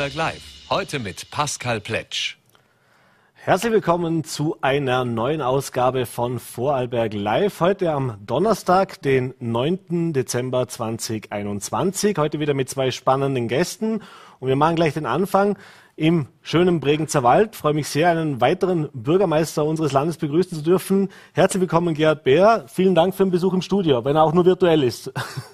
Vorarlberg Live. Heute mit Pascal Pletsch. Herzlich willkommen zu einer neuen Ausgabe von Vorarlberg Live. Heute am Donnerstag, den 9. Dezember 2021. Heute wieder mit zwei spannenden Gästen. Und wir machen gleich den Anfang im schönen Bregenzer Wald. Ich freue mich sehr, einen weiteren Bürgermeister unseres Landes begrüßen zu dürfen. Herzlich willkommen, Gerhard Beer. Vielen Dank für den Besuch im Studio, wenn er auch nur virtuell ist.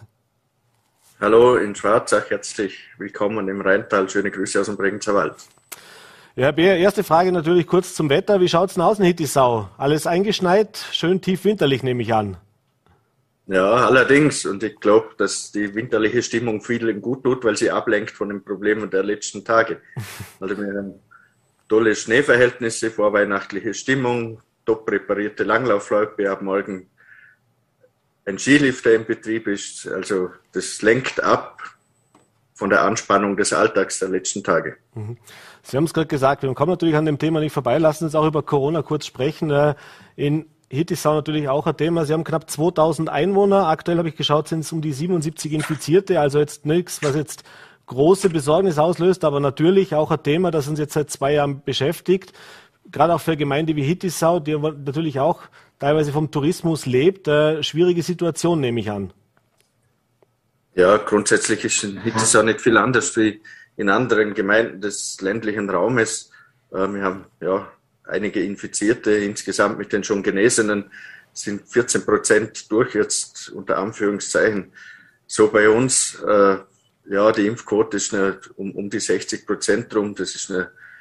Hallo in Schwarzach, herzlich willkommen im Rheintal. Schöne Grüße aus dem Bregenzer Wald. Ja, Herr Beer, erste Frage natürlich kurz zum Wetter. Wie schaut es denn aus in Hittisau? Alles eingeschneit, schön tief winterlich, nehme ich an. Ja, allerdings. Und ich glaube, dass die winterliche Stimmung vielen gut tut, weil sie ablenkt von den Problemen der letzten Tage. Also wir haben tolle Schneeverhältnisse, vorweihnachtliche Stimmung, top präparierte Langlaufloipe ab morgen. Ein Skilift, der in Betrieb ist. Also das lenkt ab von der Anspannung des Alltags der letzten Tage. Sie haben es gerade gesagt, wir kommen natürlich an dem Thema nicht vorbei. Lassen Sie uns auch über Corona kurz sprechen. In Hittisau natürlich auch ein Thema. Sie haben knapp 2000 Einwohner. Aktuell habe ich geschaut, sind es um die 77 Infizierte. Also jetzt nichts, was jetzt große Besorgnis auslöst, aber natürlich auch ein Thema, das uns jetzt seit 2 Jahren beschäftigt. Gerade auch für eine Gemeinde wie Hittisau, die natürlich auch teilweise vom Tourismus lebt. Schwierige Situation, nehme ich an. Ja, grundsätzlich ist in Hittisau nicht viel anders wie in anderen Gemeinden des ländlichen Raumes. Wir haben ja einige Infizierte, insgesamt mit den schon Genesenen sind 14% durch, jetzt unter Anführungszeichen. So bei uns, ja, die Impfquote ist um die 60% rum. Das ist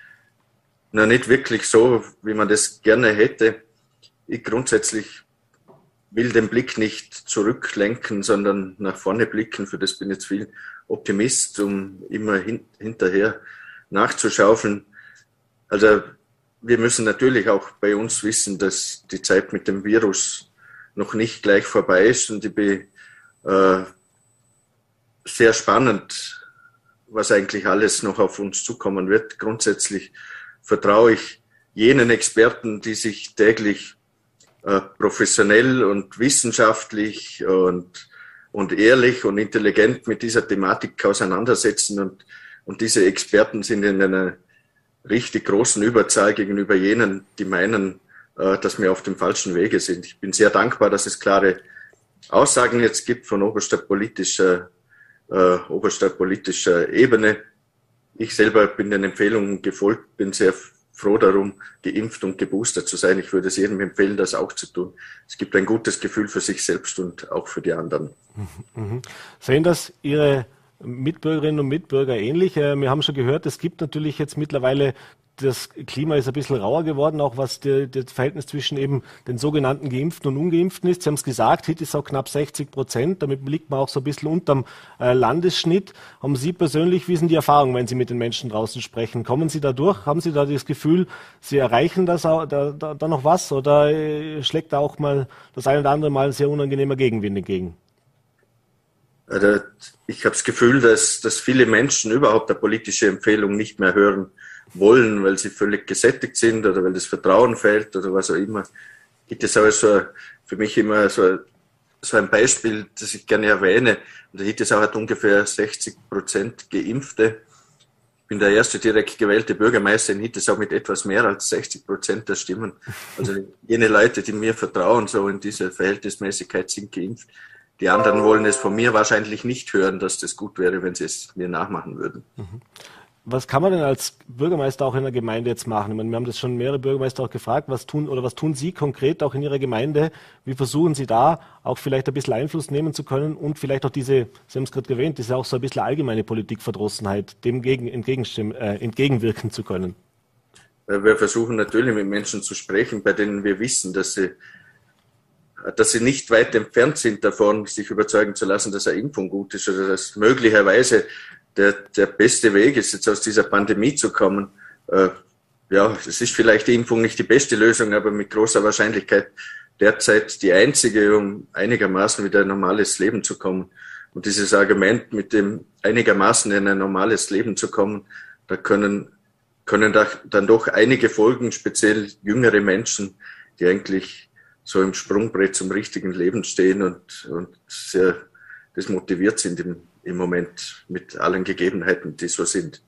nicht wirklich so, wie man das gerne hätte. Ich grundsätzlich will den Blick nicht zurücklenken, sondern nach vorne blicken. Für das bin ich jetzt viel Optimist, um immer hinterher nachzuschaufeln. Also wir müssen natürlich auch bei uns wissen, dass die Zeit mit dem Virus noch nicht gleich vorbei ist. Und ich bin sehr spannend, was eigentlich alles noch auf uns zukommen wird. Grundsätzlich vertraue ich jenen Experten, die sich täglich professionell und wissenschaftlich und ehrlich und intelligent mit dieser Thematik auseinandersetzen. Und diese Experten sind in einer richtig großen Überzahl gegenüber jenen, die meinen, dass wir auf dem falschen Wege sind. Ich bin sehr dankbar, dass es klare Aussagen jetzt gibt von oberster politischer Ebene. Ich selber bin den Empfehlungen gefolgt, bin sehr froh darum, geimpft und geboostert zu sein. Ich würde es jedem empfehlen, das auch zu tun. Es gibt ein gutes Gefühl für sich selbst und auch für die anderen. Sehen das Ihre Mitbürgerinnen und Mitbürger ähnlich? Wir haben schon gehört, es gibt natürlich jetzt mittlerweile, das Klima ist ein bisschen rauer geworden, auch was das Verhältnis zwischen eben den sogenannten Geimpften und Ungeimpften ist. Sie haben es gesagt, Hittisau knapp 60%, damit liegt man auch so ein bisschen unterm Landesschnitt. Haben Sie persönlich, wie sind die Erfahrungen, wenn Sie mit den Menschen draußen sprechen? Kommen Sie da durch? Haben Sie da das Gefühl, Sie erreichen da noch was? Oder schlägt da auch mal das ein oder andere Mal ein sehr unangenehmer Gegenwind entgegen? Also ich habe das Gefühl, dass viele Menschen überhaupt eine politische Empfehlung nicht mehr hören wollen, weil sie völlig gesättigt sind oder weil das Vertrauen fehlt oder was auch immer. Gibt es aber für mich immer so ein Beispiel, das ich gerne erwähne. Und Hittisau hat ungefähr 60% Geimpfte. Ich bin der erste direkt gewählte Bürgermeister in Hittisau mit etwas mehr als 60% der Stimmen. Also jene Leute, die mir vertrauen, so in dieser Verhältnismäßigkeit, sind geimpft. Die anderen wollen es von mir wahrscheinlich nicht hören, dass das gut wäre, wenn sie es mir nachmachen würden. Was kann man denn als Bürgermeister auch in der Gemeinde jetzt machen? Ich meine, wir haben das schon mehrere Bürgermeister auch gefragt, was tun Sie konkret auch in Ihrer Gemeinde? Wie versuchen Sie da auch vielleicht ein bisschen Einfluss nehmen zu können und vielleicht auch Sie haben es gerade erwähnt, diese auch so ein bisschen allgemeine Politikverdrossenheit, dem entgegenwirken zu können? Wir versuchen natürlich mit Menschen zu sprechen, bei denen wir wissen, dass sie nicht weit entfernt sind davon, sich überzeugen zu lassen, dass eine Impfung gut ist oder dass möglicherweise der beste Weg ist, jetzt aus dieser Pandemie zu kommen. Ja, es ist vielleicht die Impfung nicht die beste Lösung, aber mit großer Wahrscheinlichkeit derzeit die einzige, um einigermaßen wieder ein normales Leben zu kommen. Und dieses Argument, mit dem einigermaßen in ein normales Leben zu kommen, da können da dann doch einige folgen, speziell jüngere Menschen, die eigentlich so im Sprungbrett zum richtigen Leben stehen und sehr desmotiviert sind im Moment mit allen Gegebenheiten, die so sind.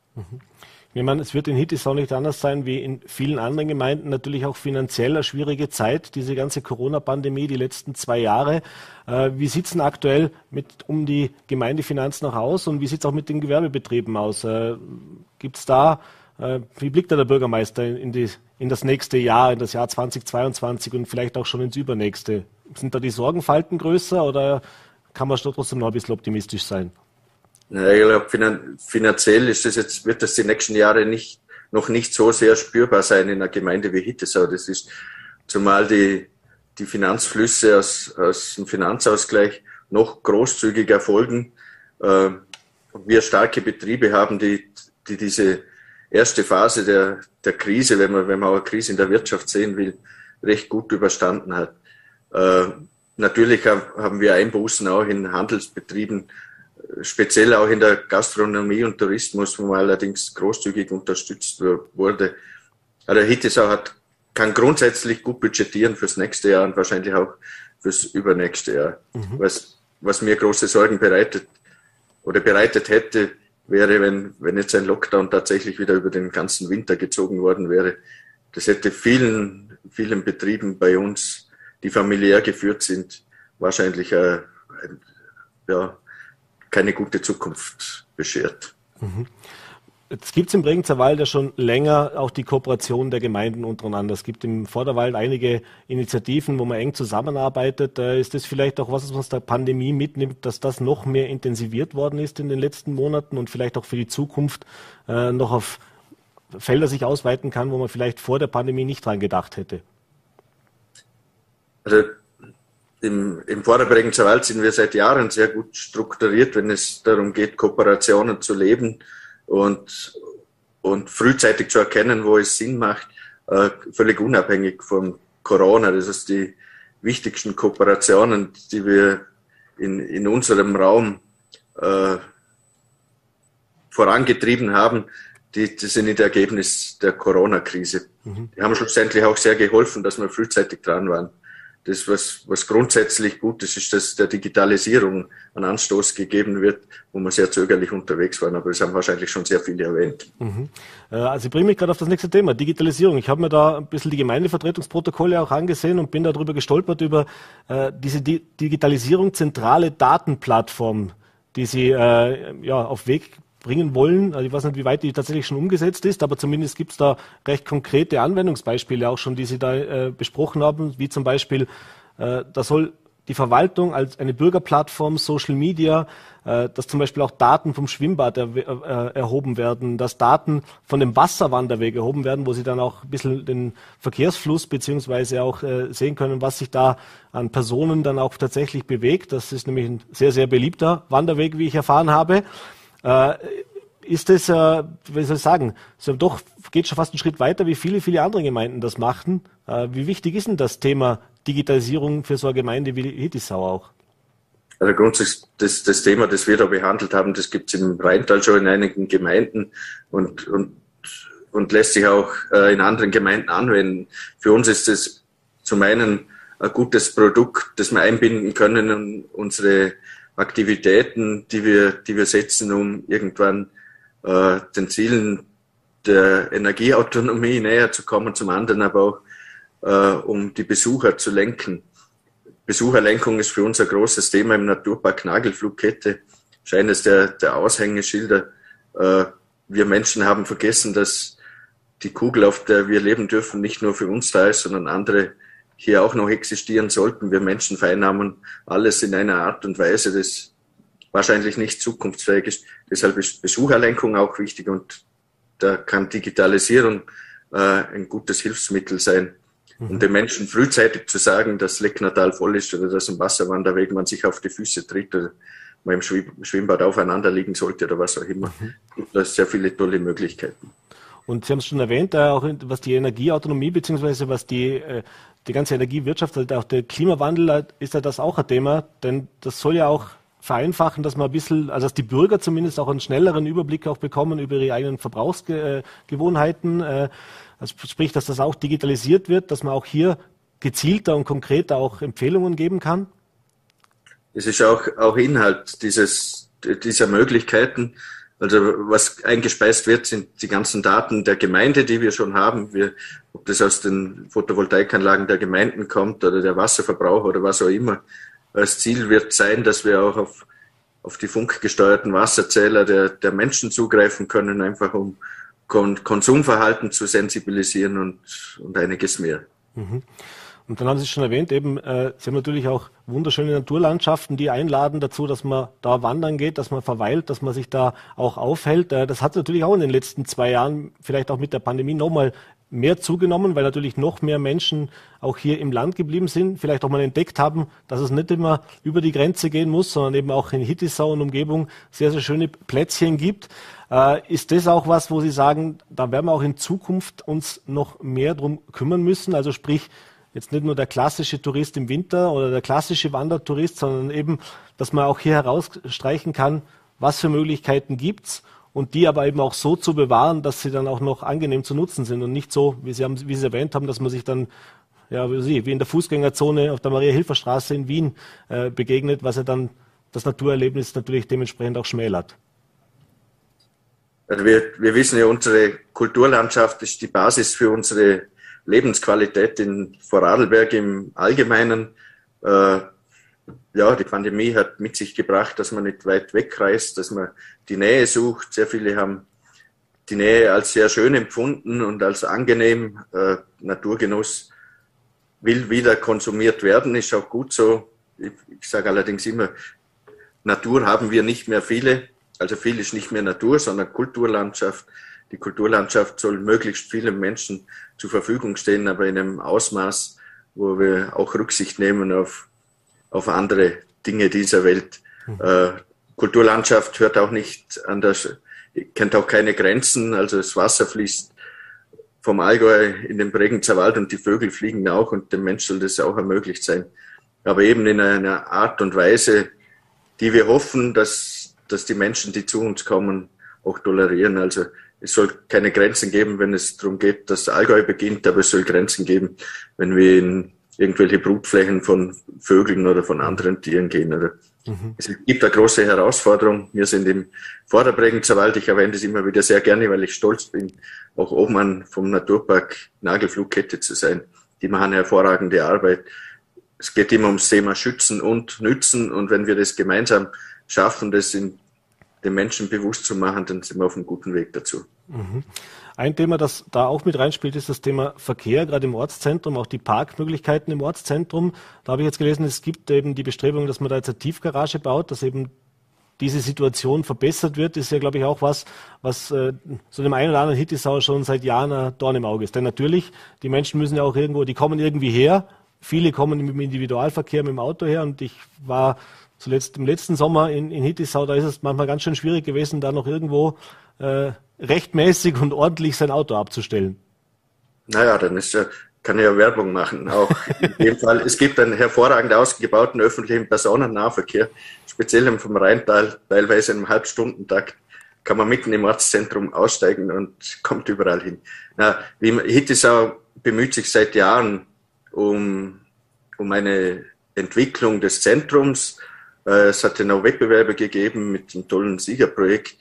Ich meine, es wird in Hittisau nicht anders sein wie in vielen anderen Gemeinden, natürlich auch finanziell eine schwierige Zeit, diese ganze Corona-Pandemie, die letzten 2 Jahre. Wie sieht es denn aktuell um die Gemeindefinanzen noch aus und wie sieht es auch mit den Gewerbebetrieben aus? Gibt's da, wie blickt da der Bürgermeister in das nächste Jahr, in das Jahr 2022 und vielleicht auch schon ins übernächste? Sind da die Sorgenfalten größer oder kann man trotzdem noch ein bisschen optimistisch sein? Ja, ich glaube, finanziell wird das die nächsten Jahre noch nicht so sehr spürbar sein in einer Gemeinde wie Hittisau. Das ist zumal die Finanzflüsse aus dem Finanzausgleich noch großzügiger erfolgen. Wir starke Betriebe haben, die diese erste Phase der Krise, wenn man auch eine Krise in der Wirtschaft sehen will, recht gut überstanden hat. Natürlich haben wir Einbußen auch in Handelsbetrieben, speziell auch in der Gastronomie und Tourismus, wo man allerdings großzügig unterstützt wurde. Also Hittisau kann grundsätzlich gut budgetieren fürs nächste Jahr und wahrscheinlich auch fürs übernächste Jahr. Was mir große Sorgen bereitet hätte, wäre, wenn jetzt ein Lockdown tatsächlich wieder über den ganzen Winter gezogen worden wäre. Das hätte vielen Betrieben bei uns, die familiär geführt sind, wahrscheinlich keine gute Zukunft beschert. Jetzt gibt es im Bregenzer Wald ja schon länger auch die Kooperation der Gemeinden untereinander. Es gibt im Vorderwald einige Initiativen, wo man eng zusammenarbeitet. Ist das vielleicht auch was aus der Pandemie mitnimmt, dass das noch mehr intensiviert worden ist in den letzten Monaten und vielleicht auch für die Zukunft noch auf Felder sich ausweiten kann, wo man vielleicht vor der Pandemie nicht dran gedacht hätte? Also im Vorderbregenzer Wald sind wir seit Jahren sehr gut strukturiert, wenn es darum geht, Kooperationen zu leben und frühzeitig zu erkennen, wo es Sinn macht, völlig unabhängig von Corona. Das ist die wichtigsten Kooperationen, die wir in unserem Raum vorangetrieben haben, die sind nicht Ergebnis der Corona-Krise. Die haben schlussendlich auch sehr geholfen, dass wir frühzeitig dran waren. Das, was grundsätzlich gut ist, dass der Digitalisierung einen Anstoß gegeben wird, wo wir sehr zögerlich unterwegs waren, aber das haben wahrscheinlich schon sehr viele erwähnt. Also ich bringe mich gerade auf das nächste Thema, Digitalisierung. Ich habe mir da ein bisschen die Gemeindevertretungsprotokolle auch angesehen und bin darüber gestolpert, über diese Digitalisierung, zentrale Datenplattform, die Sie auf Weg bringen wollen. Also ich weiß nicht, wie weit die tatsächlich schon umgesetzt ist, aber zumindest gibt es da recht konkrete Anwendungsbeispiele auch schon, die Sie da besprochen haben, wie zum Beispiel, da soll die Verwaltung als eine Bürgerplattform, Social Media, dass zum Beispiel auch Daten vom Schwimmbad erhoben werden, dass Daten von dem Wasserwanderweg erhoben werden, wo Sie dann auch ein bisschen den Verkehrsfluss beziehungsweise auch sehen können, was sich da an Personen dann auch tatsächlich bewegt. Das ist nämlich ein sehr, sehr beliebter Wanderweg, wie ich erfahren habe. Ist es, wie soll ich sagen, so doch geht schon fast einen Schritt weiter, wie viele andere Gemeinden das machen. Wie wichtig ist denn das Thema Digitalisierung für so eine Gemeinde wie Hittisau auch? Also grundsätzlich das Thema, das wir da behandelt haben, das gibt es im Rheintal schon in einigen Gemeinden und lässt sich auch in anderen Gemeinden anwenden. Für uns ist es zum einen ein gutes Produkt, das wir einbinden können in unsere Aktivitäten, die wir setzen, um irgendwann den Zielen der Energieautonomie näher zu kommen, zum anderen aber auch um die Besucher zu lenken. Besucherlenkung ist für uns ein großes Thema im Naturpark Nagelflughkette. Eines der Aushängeschilder. Wir Menschen haben vergessen, dass die Kugel, auf der wir leben dürfen, nicht nur für uns da ist, sondern andere hier auch noch existieren sollten. Wir Menschen vereinnahmen alles in einer Art und Weise, das wahrscheinlich nicht zukunftsfähig ist. Deshalb ist Besucherlenkung auch wichtig und da kann Digitalisierung ein gutes Hilfsmittel sein, um den Menschen frühzeitig zu sagen, dass Lecknertal voll ist oder dass im Wasserwanderweg man sich auf die Füße tritt oder man im Schwimmbad aufeinander liegen sollte oder was auch immer. Da sind sehr viele tolle Möglichkeiten. Und Sie haben es schon erwähnt, auch was die Energieautonomie beziehungsweise was die ganze Energiewirtschaft, also auch der Klimawandel, ist ja das auch ein Thema, denn das soll ja auch vereinfachen, dass man ein bisschen, also dass die Bürger zumindest auch einen schnelleren Überblick auch bekommen über ihre eigenen Verbrauchsgewohnheiten, also sprich, dass das auch digitalisiert wird, dass man auch hier gezielter und konkreter auch Empfehlungen geben kann. Es ist auch Inhalt dieser Möglichkeiten. Also was eingespeist wird, sind die ganzen Daten der Gemeinde, die wir schon haben. Ob das aus den Photovoltaikanlagen der Gemeinden kommt oder der Wasserverbrauch oder was auch immer. Das Ziel wird sein, dass wir auch auf die funkgesteuerten Wasserzähler der Menschen zugreifen können, einfach um Konsumverhalten zu sensibilisieren und einiges mehr. Mhm. Und dann haben Sie schon erwähnt, eben, Sie haben natürlich auch wunderschöne Naturlandschaften, die einladen dazu, dass man da wandern geht, dass man verweilt, dass man sich da auch aufhält. Das hat natürlich auch in den letzten 2 Jahren, vielleicht auch mit der Pandemie, nochmal mehr zugenommen, weil natürlich noch mehr Menschen auch hier im Land geblieben sind, vielleicht auch mal entdeckt haben, dass es nicht immer über die Grenze gehen muss, sondern eben auch in Hittisau und Umgebung sehr, sehr schöne Plätzchen gibt. Ist das auch was, wo Sie sagen, da werden wir auch in Zukunft uns noch mehr drum kümmern müssen? Also sprich, jetzt nicht nur der klassische Tourist im Winter oder der klassische Wandertourist, sondern eben, dass man auch hier herausstreichen kann, was für Möglichkeiten gibt's und die aber eben auch so zu bewahren, dass sie dann auch noch angenehm zu nutzen sind und nicht so, wie Sie erwähnt haben, dass man sich dann wie in der Fußgängerzone auf der Maria-Hilfer-Straße in Wien begegnet, was ja dann das Naturerlebnis natürlich dementsprechend auch schmälert. Also wir wissen ja, unsere Kulturlandschaft ist die Basis für unsere Lebensqualität in Vorarlberg im Allgemeinen. Die Pandemie hat mit sich gebracht, dass man nicht weit wegreist, dass man die Nähe sucht. Sehr viele haben die Nähe als sehr schön empfunden und als angenehm. Naturgenuss will wieder konsumiert werden, ist auch gut so. Ich sage allerdings immer, Natur haben wir nicht mehr viele. Also viel ist nicht mehr Natur, sondern Kulturlandschaft. Die Kulturlandschaft soll möglichst vielen Menschen zur Verfügung stehen, aber in einem Ausmaß, wo wir auch Rücksicht nehmen auf andere Dinge dieser Welt. Kulturlandschaft hört auch nicht kennt auch keine Grenzen. Also das Wasser fließt vom Allgäu in den Bregenzer Wald und die Vögel fliegen auch und dem Menschen soll das auch ermöglicht sein. Aber eben in einer Art und Weise, die wir hoffen, dass die Menschen, die zu uns kommen, auch tolerieren. Also es soll keine Grenzen geben, wenn es darum geht, dass Allgäu beginnt, aber es soll Grenzen geben, wenn wir in irgendwelche Brutflächen von Vögeln oder von anderen Tieren gehen. Oder Es gibt eine große Herausforderung. Wir sind im Vorderbregenzer Wald. Ich erwähne das immer wieder sehr gerne, weil ich stolz bin, auch Obmann vom Naturpark Nagelflughette zu sein. Die machen eine hervorragende Arbeit. Es geht immer ums Thema Schützen und Nützen. Und wenn wir das gemeinsam schaffen, das den Menschen bewusst zu machen, dann sind wir auf einem guten Weg dazu. Ein Thema, das da auch mit reinspielt, ist das Thema Verkehr, gerade im Ortszentrum, auch die Parkmöglichkeiten im Ortszentrum. Da habe ich jetzt gelesen, es gibt eben die Bestrebung, dass man da jetzt eine Tiefgarage baut, dass eben diese Situation verbessert wird. Das ist ja, glaube ich, auch was so dem einen oder anderen Hittisauer schon seit Jahren ein Dorn im Auge ist. Denn natürlich, die Menschen müssen ja auch die kommen irgendwie her. Viele kommen mit dem Individualverkehr mit dem Auto her und ich war zuletzt im letzten Sommer in Hittisau, da ist es manchmal ganz schön schwierig gewesen, da noch irgendwo rechtmäßig und ordentlich sein Auto abzustellen. Naja, dann kann ich ja Werbung machen. Auch in dem Fall, es gibt einen hervorragend ausgebauten öffentlichen Personennahverkehr, speziell vom Rheintal, teilweise in einem Halbstundentakt, kann man mitten im Ortszentrum aussteigen und kommt überall hin. Hittisau bemüht sich seit Jahren um eine Entwicklung des Zentrums. Es hat ja auch Wettbewerbe gegeben mit einem tollen Siegerprojekt,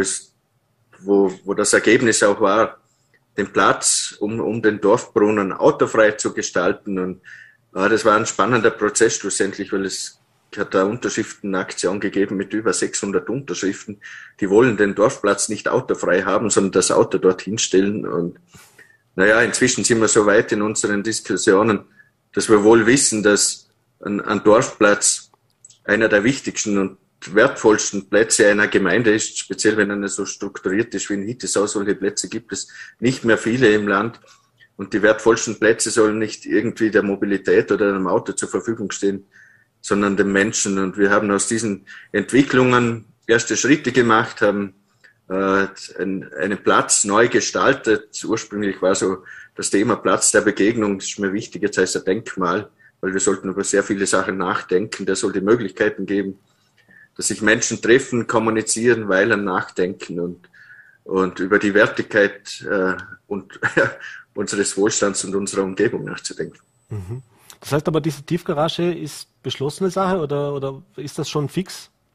wo das Ergebnis auch war, den Platz um den Dorfbrunnen autofrei zu gestalten. Und das war ein spannender Prozess schlussendlich, weil es hat eine Unterschriftenaktion gegeben mit über 600 Unterschriften. Die wollen den Dorfplatz nicht autofrei haben, sondern das Auto dorthin stellen. Und inzwischen sind wir so weit in unseren Diskussionen, dass wir wohl wissen, dass ein Dorfplatz einer der wichtigsten und wertvollsten Plätze einer Gemeinde ist, speziell wenn einer so strukturiert ist wie in Hittisau. Solche Plätze gibt es nicht mehr viele im Land. Und die wertvollsten Plätze sollen nicht irgendwie der Mobilität oder einem Auto zur Verfügung stehen, sondern dem Menschen. Und wir haben aus diesen Entwicklungen erste Schritte gemacht, haben einen Platz neu gestaltet. Ursprünglich war so das Thema Platz der Begegnung, das ist mir wichtig, jetzt heißt er Denkmal, weil wir sollten über sehr viele Sachen nachdenken. Der soll die Möglichkeiten geben, dass sich Menschen treffen, kommunizieren, weilen, nachdenken und über die Wertigkeit unseres Wohlstands und unserer Umgebung nachzudenken. Das heißt aber, diese Tiefgarage ist beschlossene Sache oder ist das schon fix?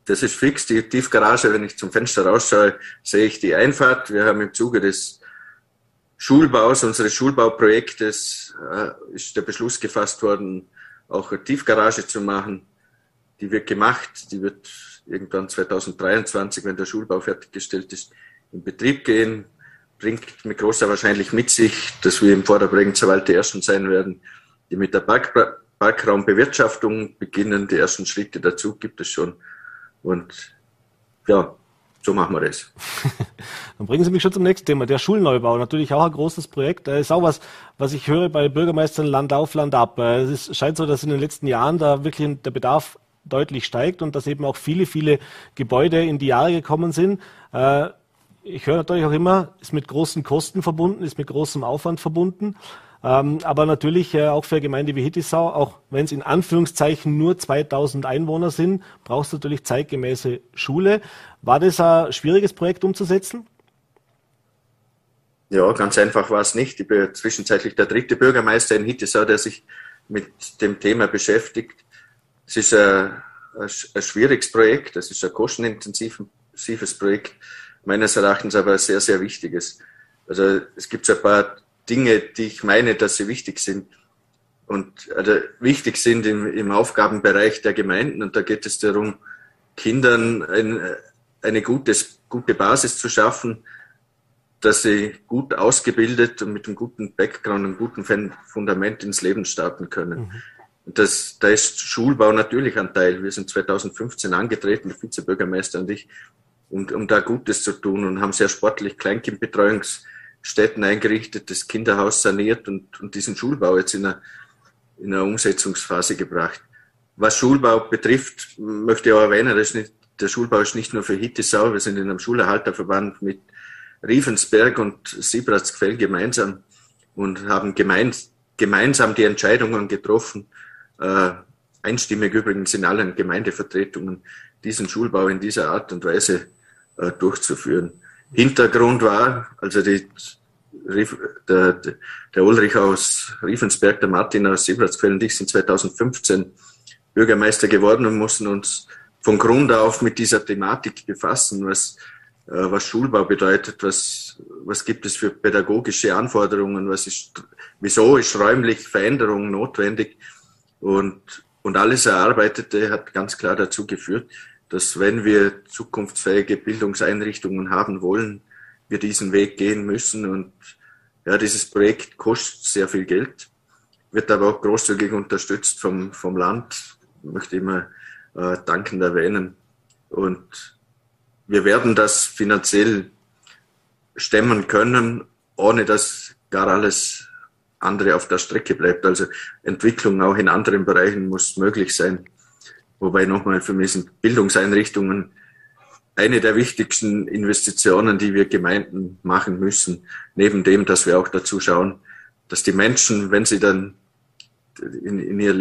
Das ist fix, die Tiefgarage. Wenn ich zum Fenster rausschaue, sehe ich die Einfahrt. Wir haben im Zuge des Schulbaus, unseres Schulbauprojektes, ist der Beschluss gefasst worden, auch eine Tiefgarage zu machen. Die wird gemacht, die wird irgendwann 2023, wenn der Schulbau fertiggestellt ist, in Betrieb gehen. Bringt mit großer Wahrscheinlichkeit mit sich, dass wir im Vorderbregenzerwald die Ersten sein werden, die mit der Parkraumbewirtschaftung beginnen. Die ersten Schritte dazu gibt es schon. Und ja, so machen wir das. Dann bringen Sie mich schon zum nächsten Thema, der Schulneubau. Natürlich auch ein großes Projekt. Das ist auch was ich höre bei Bürgermeistern Land auf, Land ab. Es scheint so, dass in den letzten Jahren da wirklich der Bedarf deutlich steigt und dass eben auch viele, viele Gebäude in die Jahre gekommen sind. Ich höre natürlich auch immer, ist mit großen Kosten verbunden, ist mit großem Aufwand verbunden. Aber natürlich auch für eine Gemeinde wie Hittisau, auch wenn es in Anführungszeichen nur 2000 Einwohner sind, brauchst du natürlich zeitgemäße Schule. War das ein schwieriges Projekt umzusetzen? Ja, ganz einfach war es nicht. Ich bin zwischenzeitlich der 3. Bürgermeister in Hittisau, der sich mit dem Thema beschäftigt. Es ist ein schwieriges Projekt, es ist ein kostenintensives Projekt, meines Erachtens aber ein sehr, sehr wichtiges. Also es gibt so ein paar Dinge, die ich meine, dass sie wichtig sind und wichtig sind im Aufgabenbereich der Gemeinden. Und da geht es darum, Kindern eine gute Basis zu schaffen, dass sie gut ausgebildet und mit einem guten Background, einem guten Fundament ins Leben starten können. Mhm. Und da ist Schulbau natürlich ein Teil. Wir sind 2015 angetreten, der Vizebürgermeister und ich, um da Gutes zu tun und haben sehr sportlich Kleinkindbetreuungsstätten eingerichtet, das Kinderhaus saniert und diesen Schulbau jetzt in einer Umsetzungsphase gebracht. Was Schulbau betrifft, möchte ich auch erwähnen, der Schulbau ist nicht nur für Hittisau. Wir sind in einem Schulerhalterverband mit Riefensberg und Siebratsgfell gemeinsam und haben gemeinsam die Entscheidungen getroffen, einstimmig übrigens in allen Gemeindevertretungen, diesen Schulbau in dieser Art und Weise durchzuführen. Hintergrund war, also der Ulrich aus Riefensberg, der Martin aus Siebratsgfell und ich sind 2015 Bürgermeister geworden und mussten uns von Grund auf mit dieser Thematik befassen, was Schulbau bedeutet, was gibt es für pädagogische Anforderungen, wieso ist räumlich Veränderung notwendig und alles Erarbeitete hat ganz klar dazu geführt, dass wenn wir zukunftsfähige Bildungseinrichtungen haben wollen, wir diesen Weg gehen müssen und ja, dieses Projekt kostet sehr viel Geld, wird aber auch großzügig unterstützt vom Land, möchte ich immer dankend erwähnen und wir werden das finanziell stemmen können, ohne dass gar alles andere auf der Strecke bleibt. Also Entwicklung auch in anderen Bereichen muss möglich sein. Wobei nochmal, für mich sind Bildungseinrichtungen eine der wichtigsten Investitionen, die wir Gemeinden machen müssen. Neben dem, dass wir auch dazu schauen, dass die Menschen, wenn sie dann in ihren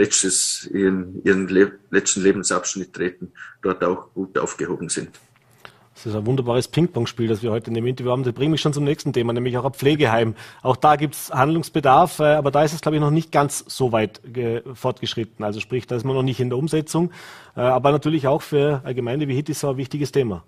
letzten Lebensabschnitt treten, dort auch gut aufgehoben sind. Das ist ein wunderbares Ping-Pong-Spiel, das wir heute in dem Interview haben. Das bringt mich schon zum nächsten Thema, nämlich auch ein Pflegeheim. Auch da gibt es Handlungsbedarf, aber da ist es, glaube ich, noch nicht ganz so weit fortgeschritten. Also sprich, da ist man noch nicht in der Umsetzung, aber natürlich auch für eine Gemeinde wie Hittisau ein wichtiges Thema.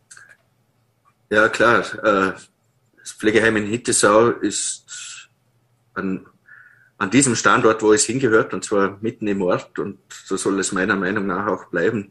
Ja, klar. Das Pflegeheim in Hittisau ist an diesem Standort, wo es hingehört, und zwar mitten im Ort, und so soll es meiner Meinung nach auch bleiben.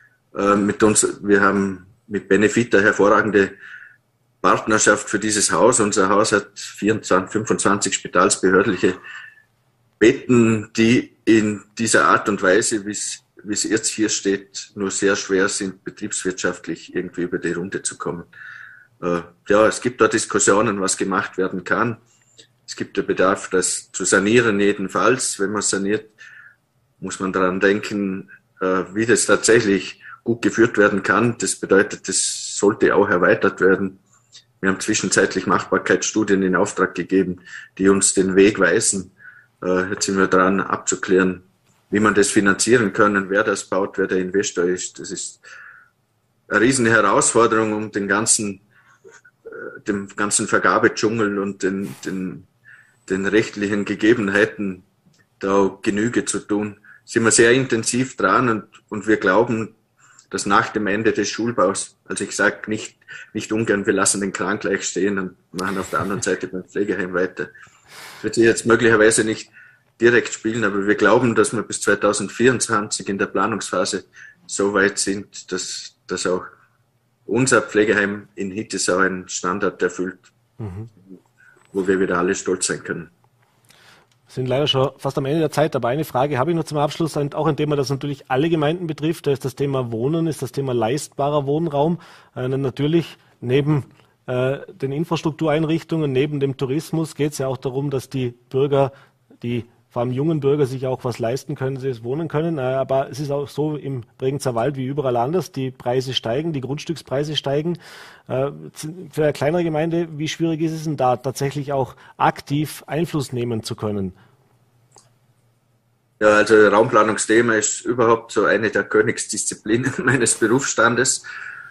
Wir haben mit Benefit eine hervorragende Partnerschaft für dieses Haus. Unser Haus hat 25 spitalsbehördliche Betten, die in dieser Art und Weise, wie es jetzt hier steht, nur sehr schwer sind, betriebswirtschaftlich irgendwie über die Runde zu kommen. Ja, es gibt da Diskussionen, was gemacht werden kann. Es gibt den Bedarf, das zu sanieren jedenfalls. Wenn man saniert, muss man daran denken, wie das tatsächlich gut geführt werden kann. Das bedeutet, das sollte auch erweitert werden. Wir haben zwischenzeitlich Machbarkeitsstudien in Auftrag gegeben, die uns den Weg weisen. Jetzt sind wir dran, abzuklären, wie man das finanzieren können, wer das baut, wer der Investor ist. Das ist eine riesen Herausforderung, um dem ganzen Vergabedschungel und den rechtlichen Gegebenheiten da Genüge zu tun. Sind wir sehr intensiv dran und wir glauben, dass nach dem Ende des Schulbaus, also ich sage nicht ungern, wir lassen den Kran gleich stehen und machen auf der anderen Seite beim Pflegeheim weiter. Das wird sich jetzt möglicherweise nicht direkt spielen, aber wir glauben, dass wir bis 2024 in der Planungsphase so weit sind, dass auch unser Pflegeheim in Hittisau einen Standard erfüllt, wo wir wieder alle stolz sein können. Wir sind leider schon fast am Ende der Zeit, aber eine Frage habe ich noch zum Abschluss, auch ein Thema, das natürlich alle Gemeinden betrifft. Da ist das Thema Wohnen, ist das Thema leistbarer Wohnraum. Natürlich neben den Infrastruktureinrichtungen, neben dem Tourismus geht es ja auch darum, dass die Bürger, die vor allem jungen Bürger, sich auch was leisten können, sie es wohnen können. Aber es ist auch so im Bregenzer Wald wie überall anders. Die Preise steigen, die Grundstückspreise steigen. Für eine kleinere Gemeinde, wie schwierig ist es denn da, tatsächlich auch aktiv Einfluss nehmen zu können? Ja, also Raumplanungsthema ist überhaupt so eine der Königsdisziplinen meines Berufsstandes.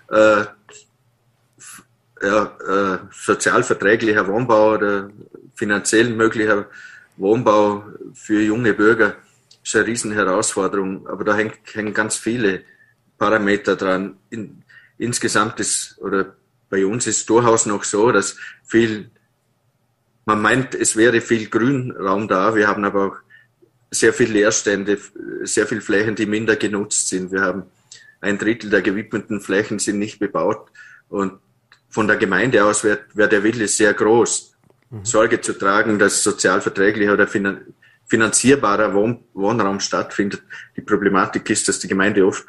Sozial verträglicher Wohnbau oder finanziell möglicher Wohnbau für junge Bürger ist eine Riesenherausforderung, aber da hängen ganz viele Parameter dran. Insgesamt bei uns ist es durchaus noch so, dass man meint, es wäre viel Grünraum da. Wir haben aber auch sehr viel Leerstände, sehr viel Flächen, die minder genutzt sind. Wir haben 1/3 der gewidmeten Flächen sind nicht bebaut und von der Gemeinde aus wäre der Wille sehr groß, Sorge zu tragen, dass sozial verträglicher oder finanzierbarer Wohnraum stattfindet. Die Problematik ist, dass die Gemeinde oft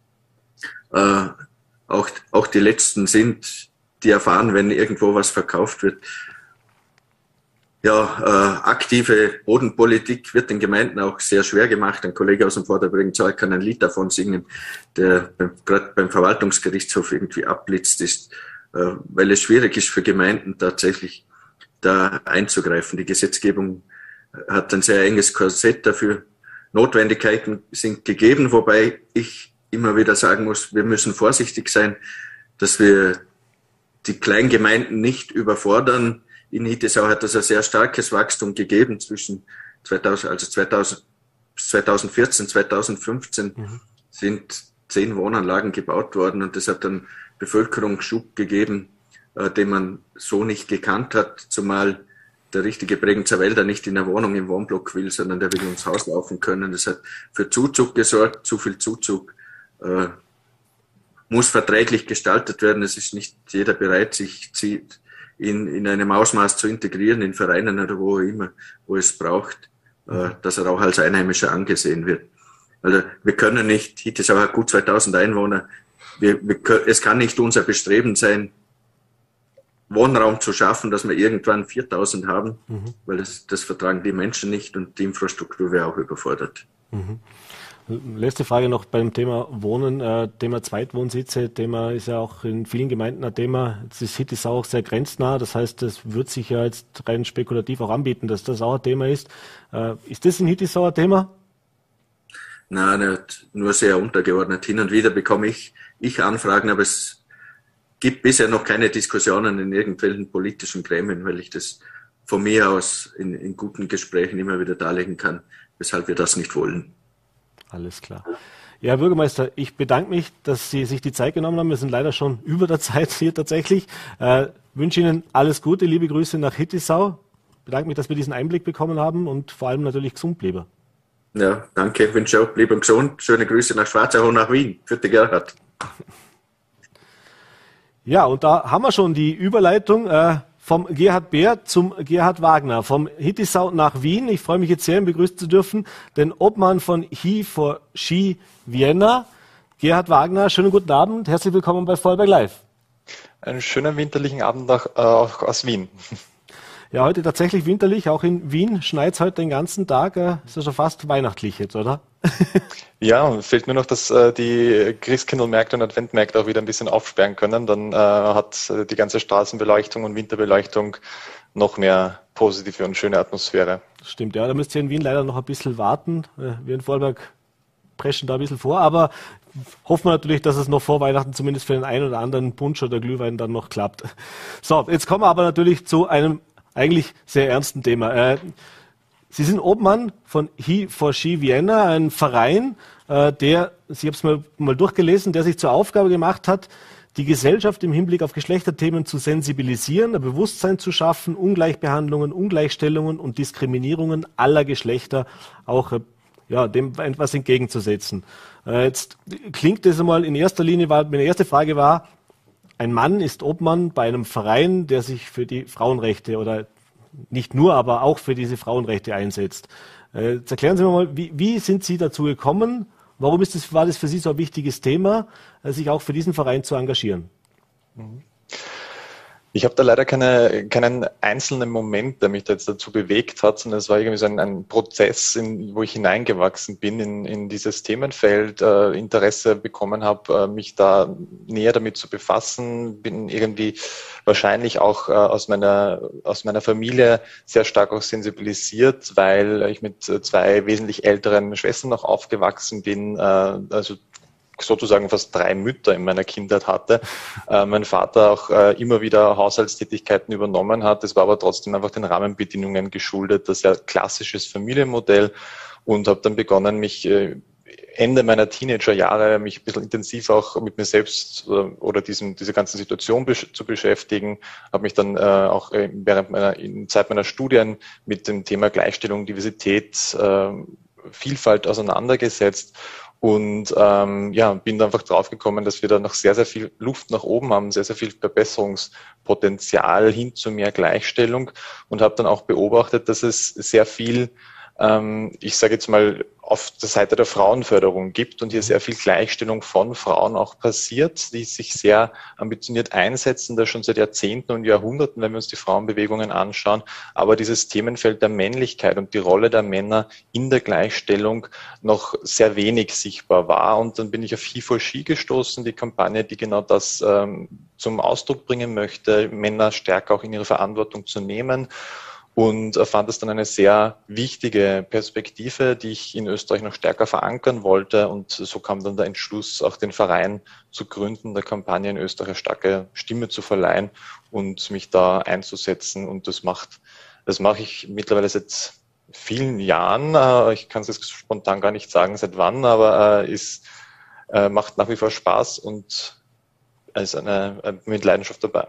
auch die Letzten sind, die erfahren, wenn irgendwo was verkauft wird. Ja, aktive Bodenpolitik wird den Gemeinden auch sehr schwer gemacht. Ein Kollege aus dem Vorderbregenzer kann ein Lied davon singen, der gerade beim Verwaltungsgerichtshof irgendwie abblitzt ist, weil es schwierig ist für Gemeinden tatsächlich da einzugreifen. Die Gesetzgebung hat ein sehr enges Korsett dafür. Notwendigkeiten sind gegeben, wobei ich immer wieder sagen muss, wir müssen vorsichtig sein, dass wir die Kleingemeinden nicht überfordern. In Hittisau hat es ein sehr starkes Wachstum gegeben zwischen 2014, 2015 sind 10 Wohnanlagen gebaut worden und das hat dann Bevölkerungsschub gegeben, den man so nicht gekannt hat, zumal der richtige Bregenzer Wälder nicht in einer Wohnung im Wohnblock will, sondern der will ins Haus laufen können. Das hat für Zuzug gesorgt. Zu viel Zuzug muss verträglich gestaltet werden. Es ist nicht jeder bereit, sich in einem Ausmaß zu integrieren, in Vereinen oder wo immer, wo es braucht, dass er auch als Einheimischer angesehen wird. Also wir können nicht, Hittisau hat gut 2000 Einwohner, es kann nicht unser Bestreben sein, Wohnraum zu schaffen, dass wir irgendwann 4000 haben, weil das vertragen die Menschen nicht und die Infrastruktur wäre auch überfordert. Letzte Frage noch beim Thema Wohnen, Thema Zweitwohnsitze, Thema ist ja auch in vielen Gemeinden ein Thema. Jetzt ist Hittisau auch sehr grenznah, das heißt, das wird sich ja jetzt rein spekulativ auch anbieten, dass das auch ein Thema ist. Ist das in Hittisau ein Thema? Nein, nur sehr untergeordnet. Hin und wieder bekomme ich Anfragen, aber es gibt bisher noch keine Diskussionen in irgendwelchen politischen Gremien, weil ich das von mir aus in guten Gesprächen immer wieder darlegen kann, weshalb wir das nicht wollen. Alles klar. Ja, Herr Bürgermeister, ich bedanke mich, dass Sie sich die Zeit genommen haben. Wir sind leider schon über der Zeit hier tatsächlich. Wünsche Ihnen alles Gute, liebe Grüße nach Hittisau. Bedanke mich, dass wir diesen Einblick bekommen haben und vor allem natürlich gesund bleiben. Ja, danke. Ich wünsche auch, bleiben gesund. Schöne Grüße nach Schwarzach und nach Wien. Für die Gerhard. Ja, und da haben wir schon die Überleitung vom Gerhard Beer zum Gerhard Wagner, vom Hittisau nach Wien. Ich freue mich jetzt sehr, ihn begrüßen zu dürfen, den Obmann von He4She Vienna, Gerhard Wagner. Schönen guten Abend, herzlich willkommen bei Vorarlberg Live. Einen schönen winterlichen Abend auch aus Wien. Ja, heute tatsächlich winterlich, auch in Wien schneit es heute den ganzen Tag. Ist ja schon fast weihnachtlich jetzt, oder? Ja, fehlt nur noch, dass die Christkindlmärkte und Adventmärkte auch wieder ein bisschen aufsperren können. Dann hat die ganze Straßenbeleuchtung und Winterbeleuchtung noch mehr positive und schöne Atmosphäre. Stimmt, ja, da müsst ihr in Wien leider noch ein bisschen warten. Wir in Vorarlberg preschen da ein bisschen vor, aber hoffen wir natürlich, dass es noch vor Weihnachten zumindest für den einen oder anderen Punsch oder Glühwein dann noch klappt. So, jetzt kommen wir aber natürlich zu einem eigentlich sehr ernsten Thema. Sie sind Obmann von He4She Vienna, ein Verein, der, ich habe es mal durchgelesen, der sich zur Aufgabe gemacht hat, die Gesellschaft im Hinblick auf Geschlechterthemen zu sensibilisieren, ein Bewusstsein zu schaffen, Ungleichbehandlungen, Ungleichstellungen und Diskriminierungen aller Geschlechter auch dem etwas entgegenzusetzen. Jetzt klingt das einmal in erster Linie, meine erste Frage war, ein Mann ist Obmann bei einem Verein, der sich für die Frauenrechte oder nicht nur, aber auch für diese Frauenrechte einsetzt. Jetzt erklären Sie mir mal, wie sind Sie dazu gekommen? Warum war das für Sie so ein wichtiges Thema, sich auch für diesen Verein zu engagieren? Ich habe da leider keinen einzelnen Moment, der mich da jetzt dazu bewegt hat, sondern es war irgendwie so ein Prozess, wo ich hineingewachsen bin in dieses Themenfeld, Interesse bekommen habe, mich da näher damit zu befassen, bin irgendwie wahrscheinlich auch aus meiner Familie sehr stark auch sensibilisiert, weil ich mit 2 wesentlich älteren Schwestern noch aufgewachsen bin, also sozusagen fast 3 Mütter in meiner Kindheit hatte. Mein Vater auch immer wieder Haushaltstätigkeiten übernommen hat. Das war aber trotzdem einfach den Rahmenbedingungen geschuldet. Das ist ja klassisches Familienmodell und habe dann begonnen, mich Ende meiner Teenagerjahre mich ein bisschen intensiv auch mit mir selbst oder dieser ganzen Situation zu beschäftigen. Habe mich dann auch in Zeit meiner Studien mit dem Thema Gleichstellung, Diversität, Vielfalt auseinandergesetzt. Und bin da einfach draufgekommen, dass wir da noch sehr, sehr viel Luft nach oben haben, sehr, sehr viel Verbesserungspotenzial hin zu mehr Gleichstellung und habe dann auch beobachtet, dass es sehr viel, ich sage jetzt mal, auf der Seite der Frauenförderung gibt und hier sehr viel Gleichstellung von Frauen auch passiert, die sich sehr ambitioniert einsetzen, da schon seit Jahrzehnten und Jahrhunderten, wenn wir uns die Frauenbewegungen anschauen, aber dieses Themenfeld der Männlichkeit und die Rolle der Männer in der Gleichstellung noch sehr wenig sichtbar war. Und dann bin ich auf He4She gestoßen, die Kampagne, die genau das zum Ausdruck bringen möchte, Männer stärker auch in ihre Verantwortung zu nehmen. Und fand es dann eine sehr wichtige Perspektive, die ich in Österreich noch stärker verankern wollte. Und so kam dann der Entschluss, auch den Verein zu gründen, der Kampagne in Österreich eine starke Stimme zu verleihen und mich da einzusetzen. Und das mache ich mittlerweile seit vielen Jahren. Ich kann es jetzt spontan gar nicht sagen, seit wann, aber es macht nach wie vor Spaß und ist mit Leidenschaft dabei.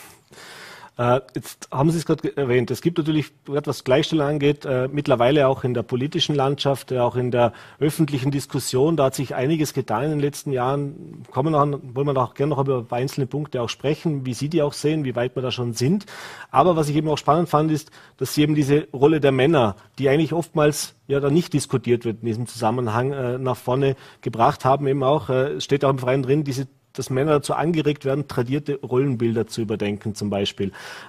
Jetzt haben Sie es gerade erwähnt, es gibt natürlich, was Gleichstellung angeht, mittlerweile auch in der politischen Landschaft, auch in der öffentlichen Diskussion, da hat sich einiges getan in den letzten Jahren. Wollen wir auch gerne noch über einzelne Punkte auch sprechen, wie Sie die auch sehen, wie weit wir da schon sind. Aber was ich eben auch spannend fand, ist, dass Sie eben diese Rolle der Männer, die eigentlich oftmals ja da nicht diskutiert wird in diesem Zusammenhang, nach vorne gebracht haben, eben auch, steht auch im Verein drin, dass Männer dazu angeregt werden, tradierte Rollenbilder zu überdenken zum Beispiel.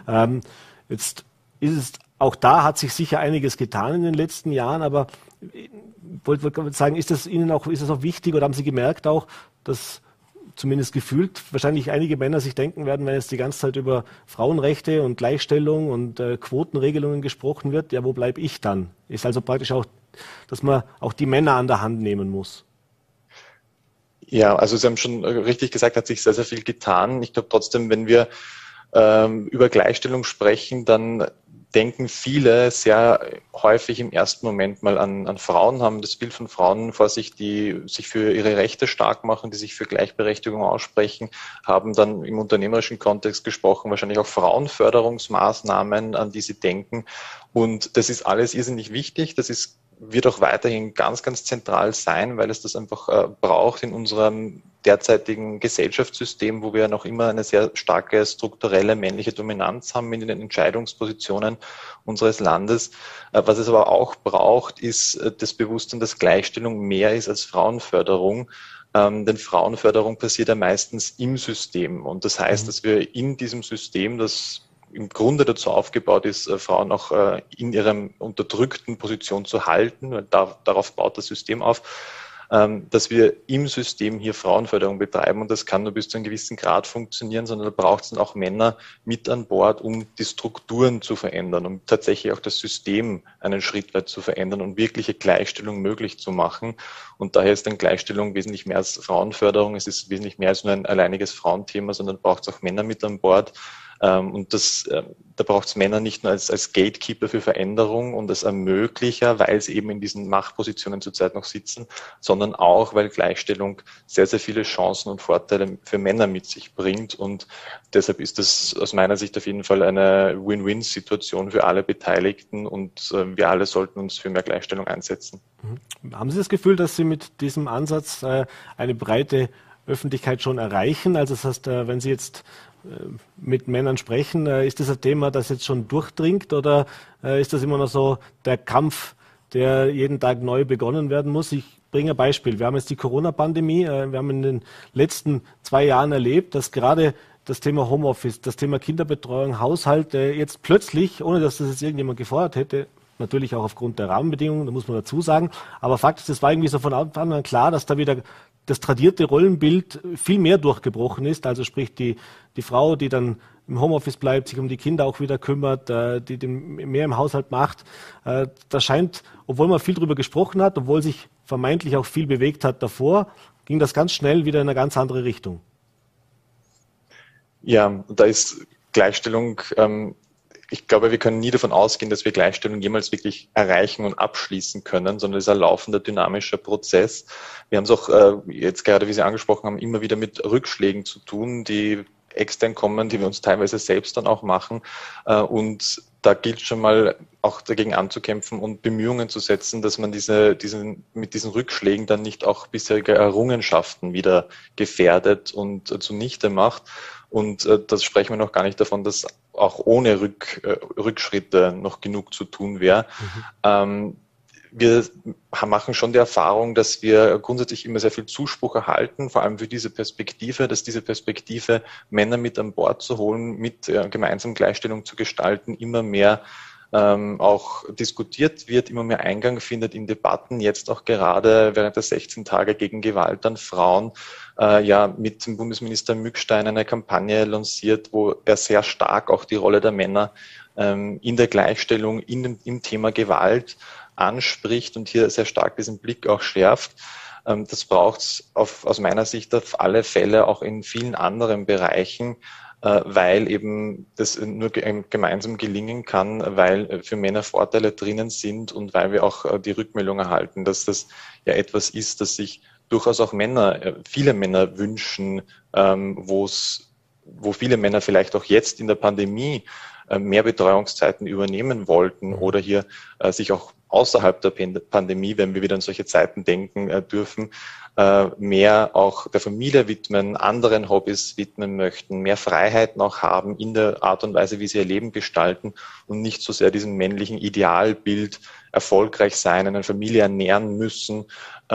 Jetzt ist es, auch da hat sich sicher einiges getan in den letzten Jahren, aber ich wollte sagen, ist das auch wichtig oder haben Sie gemerkt auch, dass zumindest gefühlt wahrscheinlich einige Männer sich denken werden, wenn jetzt die ganze Zeit über Frauenrechte und Gleichstellung und Quotenregelungen gesprochen wird, ja, wo bleibe ich dann? Ist also praktisch auch, dass man auch die Männer an der Hand nehmen muss. Ja, also Sie haben schon richtig gesagt, hat sich sehr, sehr viel getan. Ich glaube trotzdem, wenn wir über Gleichstellung sprechen, dann denken viele sehr häufig im ersten Moment mal an Frauen, haben das Bild von Frauen vor sich, die sich für ihre Rechte stark machen, die sich für Gleichberechtigung aussprechen, haben dann im unternehmerischen Kontext gesprochen, wahrscheinlich auch Frauenförderungsmaßnahmen, an die sie denken. Und das ist alles irrsinnig wichtig. Wird auch weiterhin ganz, ganz zentral sein, weil es das einfach braucht in unserem derzeitigen Gesellschaftssystem, wo wir noch immer eine sehr starke strukturelle männliche Dominanz haben in den Entscheidungspositionen unseres Landes. Was es aber auch braucht, ist das Bewusstsein, dass Gleichstellung mehr ist als Frauenförderung. Denn Frauenförderung passiert ja meistens im System. Und das heißt, dass wir in diesem System, das im Grunde dazu aufgebaut ist, Frauen auch in ihrem unterdrückten Position zu halten, weil darauf baut das System auf, dass wir im System hier Frauenförderung betreiben und das kann nur bis zu einem gewissen Grad funktionieren, sondern da braucht es dann auch Männer mit an Bord, um die Strukturen zu verändern, um tatsächlich auch das System einen Schritt weit zu verändern und wirkliche Gleichstellung möglich zu machen. Und daher ist dann Gleichstellung wesentlich mehr als Frauenförderung, es ist wesentlich mehr als nur ein alleiniges Frauenthema, sondern braucht es auch Männer mit an Bord. Und da braucht es Männer nicht nur als Gatekeeper für Veränderung und als Ermöglicher, weil sie eben in diesen Machtpositionen zurzeit noch sitzen, sondern auch, weil Gleichstellung sehr, sehr viele Chancen und Vorteile für Männer mit sich bringt. Und deshalb ist das aus meiner Sicht auf jeden Fall eine Win-Win-Situation für alle Beteiligten und wir alle sollten uns für mehr Gleichstellung einsetzen. Haben Sie das Gefühl, dass Sie mit diesem Ansatz eine breite Öffentlichkeit schon erreichen? Also das heißt, wenn Sie jetzt mit Männern sprechen, ist das ein Thema, das jetzt schon durchdringt oder ist das immer noch so der Kampf, der jeden Tag neu begonnen werden muss? Ich bringe ein Beispiel. Wir haben jetzt die Corona-Pandemie. Wir haben in den letzten 2 Jahren erlebt, dass gerade das Thema Homeoffice, das Thema Kinderbetreuung, Haushalt jetzt plötzlich, ohne dass das jetzt irgendjemand gefordert hätte, natürlich auch aufgrund der Rahmenbedingungen, da muss man dazu sagen, aber Fakt ist, es war irgendwie so von Anfang an klar, dass da wieder das tradierte Rollenbild viel mehr durchgebrochen ist, also sprich die Frau, die dann im Homeoffice bleibt, sich um die Kinder auch wieder kümmert, die mehr im Haushalt macht. Da scheint, obwohl man viel drüber gesprochen hat, obwohl sich vermeintlich auch viel bewegt hat davor, ging das ganz schnell wieder in eine ganz andere Richtung. Ja, da ist Gleichstellung, ich glaube, wir können nie davon ausgehen, dass wir Gleichstellung jemals wirklich erreichen und abschließen können, sondern es ist ein laufender, dynamischer Prozess. Wir haben es auch jetzt gerade, wie Sie angesprochen haben, immer wieder mit Rückschlägen zu tun, die extern kommen, die wir uns teilweise selbst dann auch machen. Und da gilt schon mal auch dagegen anzukämpfen und Bemühungen zu setzen, dass man mit diesen Rückschlägen dann nicht auch bisherige Errungenschaften wieder gefährdet und zunichte macht. Und das sprechen wir noch gar nicht davon, dass auch ohne Rückschritte noch genug zu tun wäre. Wir machen schon die Erfahrung, dass wir grundsätzlich immer sehr viel Zuspruch erhalten, vor allem für diese Perspektive, dass diese Perspektive, Männer mit an Bord zu holen, mit gemeinsam Gleichstellung zu gestalten, immer mehr auch diskutiert wird, immer mehr Eingang findet in Debatten, jetzt auch gerade während der 16 Tage gegen Gewalt an Frauen, mit dem Bundesminister Mückstein eine Kampagne lanciert, wo er sehr stark auch die Rolle der Männer in der Gleichstellung, im Thema Gewalt anspricht und hier sehr stark diesen Blick auch schärft. Das braucht es aus meiner Sicht auf alle Fälle auch in vielen anderen Bereichen, weil eben das nur gemeinsam gelingen kann, weil für Männer Vorteile drinnen sind und weil wir auch die Rückmeldung erhalten, dass das ja etwas ist, das sich durchaus auch viele Männer wünschen, wo viele Männer vielleicht auch jetzt in der Pandemie mehr Betreuungszeiten übernehmen wollten oder hier sich auch außerhalb der Pandemie, wenn wir wieder an solche Zeiten denken dürfen, mehr auch der Familie widmen, anderen Hobbys widmen möchten, mehr Freiheiten auch haben in der Art und Weise, wie sie ihr Leben gestalten und nicht so sehr diesem männlichen Idealbild erfolgreich sein, eine Familie ernähren müssen,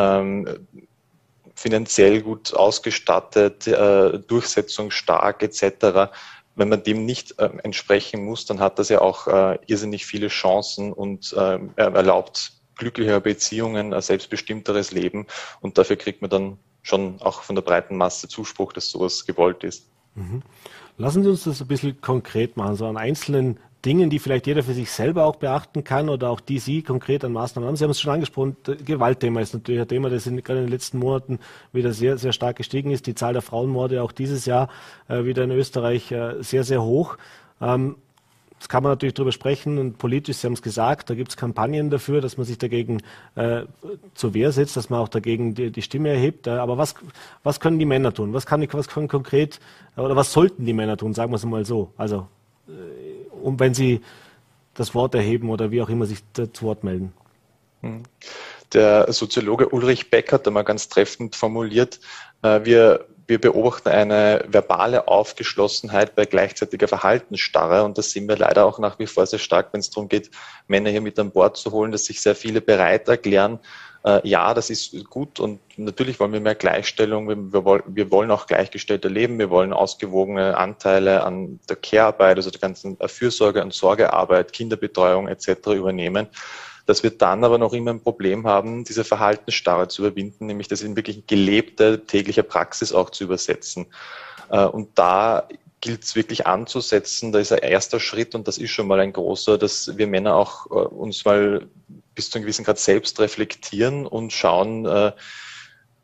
finanziell gut ausgestattet, durchsetzungsstark etc. Wenn man dem nicht entsprechen muss, dann hat das ja auch irrsinnig viele Chancen und erlaubt glücklichere Beziehungen, ein selbstbestimmteres Leben. Und dafür kriegt man dann schon auch von der breiten Masse Zuspruch, dass sowas gewollt ist. Mhm. Lassen Sie uns das ein bisschen konkret machen, so an einzelnen Dingen, die vielleicht jeder für sich selber auch beachten kann oder auch die Sie konkret an Maßnahmen haben. Sie haben es schon angesprochen, das Gewaltthema ist natürlich ein Thema, das gerade in den letzten Monaten wieder sehr, sehr stark gestiegen ist. Die Zahl der Frauenmorde auch dieses Jahr wieder in Österreich sehr, sehr hoch. Jetzt kann man natürlich darüber sprechen und politisch, Sie haben es gesagt, da gibt es Kampagnen dafür, dass man sich dagegen zur Wehr setzt, dass man auch dagegen die Stimme erhebt. Aber was können die Männer tun? Was können konkret, oder was sollten die Männer tun, sagen wir es mal so? Also, wenn sie das Wort erheben oder wie auch immer sich zu Wort melden. Der Soziologe Ulrich Beck hat einmal ganz treffend formuliert, wir beobachten eine verbale Aufgeschlossenheit bei gleichzeitiger Verhaltensstarre und das sehen wir leider auch nach wie vor sehr stark, wenn es darum geht, Männer hier mit an Bord zu holen, dass sich sehr viele bereit erklären, ja, das ist gut und natürlich wollen wir mehr Gleichstellung, wir wollen auch gleichgestellter leben, wir wollen ausgewogene Anteile an der Care-Arbeit, also der ganzen Fürsorge- und Sorgearbeit, Kinderbetreuung etc. übernehmen. Dass wir dann aber noch immer ein Problem haben, diese Verhaltensstarre zu überwinden, nämlich das in wirklich gelebte tägliche Praxis auch zu übersetzen. Und da gilt es wirklich anzusetzen, da ist ein erster Schritt und das ist schon mal ein großer, dass wir Männer auch uns mal bis zu einem gewissen Grad selbst reflektieren und schauen,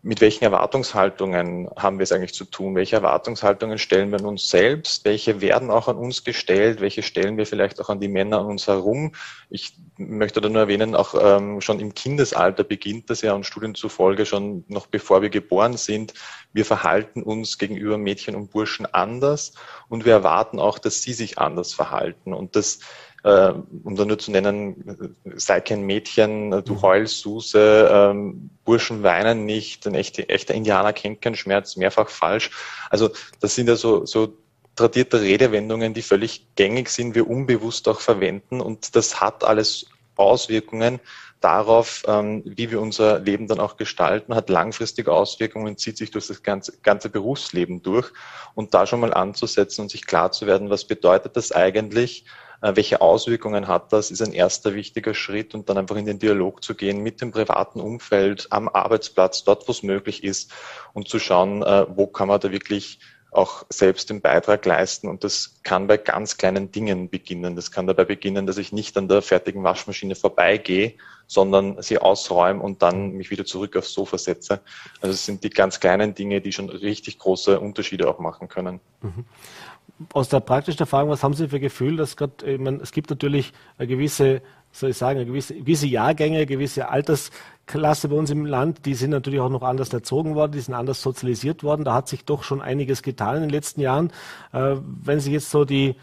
mit welchen Erwartungshaltungen haben wir es eigentlich zu tun? Welche Erwartungshaltungen stellen wir an uns selbst? Welche werden auch an uns gestellt? Welche stellen wir vielleicht auch an die Männer an uns herum? Ich möchte da nur erwähnen, auch schon im Kindesalter beginnt das ja und Studien zufolge schon noch bevor wir geboren sind. Wir verhalten uns gegenüber Mädchen und Burschen anders und wir erwarten auch, dass sie sich anders verhalten. Und das, um da nur zu nennen, sei kein Mädchen, du heulst, Suse, Burschen weinen nicht, ein echter Indianer kennt keinen Schmerz, mehrfach falsch. Also das sind ja so tradierte Redewendungen, die völlig gängig sind, wir unbewusst auch verwenden und das hat alles Auswirkungen darauf, wie wir unser Leben dann auch gestalten, hat langfristige Auswirkungen, zieht sich durch das ganze Berufsleben durch und da schon mal anzusetzen und sich klar zu werden, was bedeutet das eigentlich, welche Auswirkungen hat das, ist ein erster wichtiger Schritt und dann einfach in den Dialog zu gehen mit dem privaten Umfeld, am Arbeitsplatz, dort wo es möglich ist und zu schauen, wo kann man da wirklich auch selbst den Beitrag leisten und das kann bei ganz kleinen Dingen beginnen. Das kann dabei beginnen, dass ich nicht an der fertigen Waschmaschine vorbeigehe, sondern sie ausräume und dann mich wieder zurück aufs Sofa setze. Also es sind die ganz kleinen Dinge, die schon richtig große Unterschiede auch machen können. Aus der praktischen Erfahrung, was haben Sie für Gefühl, dass gerade, es gibt natürlich eine gewisse, gewisse Jahrgänge, eine gewisse Altersklasse bei uns im Land, die sind natürlich auch noch anders erzogen worden, die sind anders sozialisiert worden, da hat sich doch schon einiges getan in den letzten Jahren. Wenn Sie jetzt so die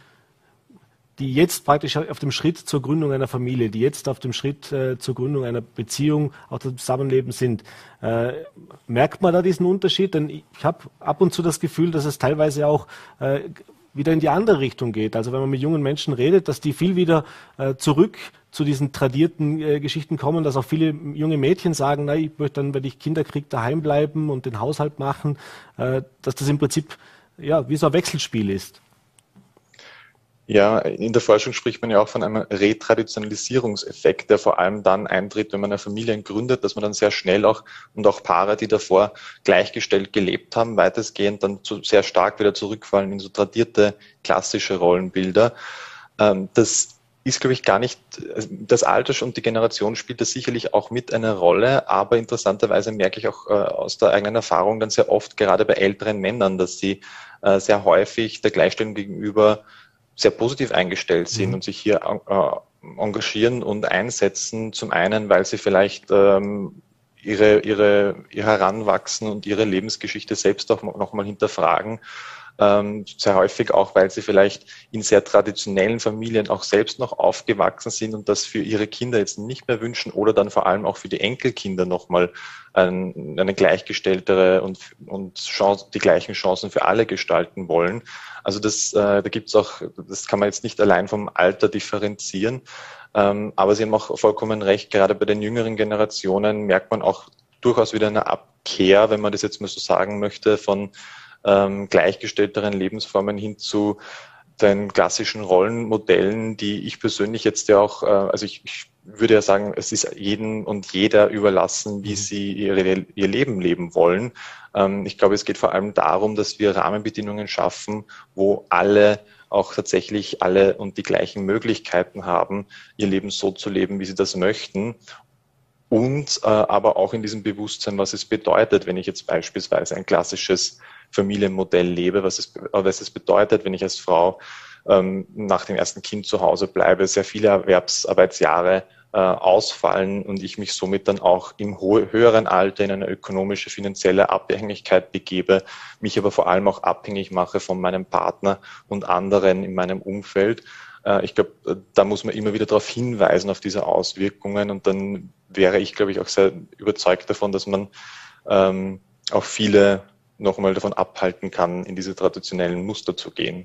jetzt praktisch auf dem Schritt zur Gründung einer Familie, die jetzt auf dem Schritt zur Gründung einer Beziehung, auch das Zusammenleben sind, merkt man da diesen Unterschied? Denn ich habe ab und zu das Gefühl, dass es teilweise auch wieder in die andere Richtung geht. Also wenn man mit jungen Menschen redet, dass die viel wieder zurück zu diesen tradierten Geschichten kommen, dass auch viele junge Mädchen sagen, na, ich möchte dann, wenn ich Kinder kriege, daheim bleiben und den Haushalt machen, dass das im Prinzip ja wie so ein Wechselspiel ist. Ja, in der Forschung spricht man ja auch von einem Retraditionalisierungseffekt, der vor allem dann eintritt, wenn man eine Familie gründet, dass man dann sehr schnell auch und auch Paare, die davor gleichgestellt gelebt haben, weitestgehend dann sehr stark wieder zurückfallen in so tradierte klassische Rollenbilder. Das ist, glaube ich, gar nicht, das Alter und die Generation spielt das sicherlich auch mit eine Rolle, aber interessanterweise merke ich auch aus der eigenen Erfahrung dann sehr oft, gerade bei älteren Männern, dass sie sehr häufig der Gleichstellung gegenüber sehr positiv eingestellt sind und sich hier engagieren und einsetzen. Zum einen, weil sie vielleicht ihr Heranwachsen und ihre Lebensgeschichte selbst auch nochmal hinterfragen. Sehr häufig auch, weil sie vielleicht in sehr traditionellen Familien auch selbst noch aufgewachsen sind und das für ihre Kinder jetzt nicht mehr wünschen oder dann vor allem auch für die Enkelkinder nochmal eine gleichgestelltere und die gleichen Chancen für alle gestalten wollen. Also da gibt's auch, das kann man jetzt nicht allein vom Alter differenzieren, aber Sie haben auch vollkommen recht, gerade bei den jüngeren Generationen merkt man auch durchaus wieder eine Abkehr, wenn man das jetzt mal so sagen möchte, von gleichgestellteren Lebensformen hin zu den klassischen Rollenmodellen, die ich persönlich jetzt ja auch, also ich würde ja sagen, es ist jedem und jeder überlassen, wie sie ihr Leben leben wollen. Ich glaube, es geht vor allem darum, dass wir Rahmenbedingungen schaffen, wo alle auch tatsächlich alle und die gleichen Möglichkeiten haben, ihr Leben so zu leben, wie sie das möchten. Und aber auch in diesem Bewusstsein, was es bedeutet, wenn ich jetzt beispielsweise ein klassisches Familienmodell lebe, was es bedeutet, wenn ich als Frau nach dem ersten Kind zu Hause bleibe, sehr viele Erwerbsarbeitsjahre ausfallen und ich mich somit dann auch im höheren Alter in eine ökonomische, finanzielle Abhängigkeit begebe, mich aber vor allem auch abhängig mache von meinem Partner und anderen in meinem Umfeld. Ich glaube, da muss man immer wieder darauf hinweisen, auf diese Auswirkungen und dann wäre ich, glaube ich, auch sehr überzeugt davon, dass man auch viele nochmal davon abhalten kann, in diese traditionellen Muster zu gehen.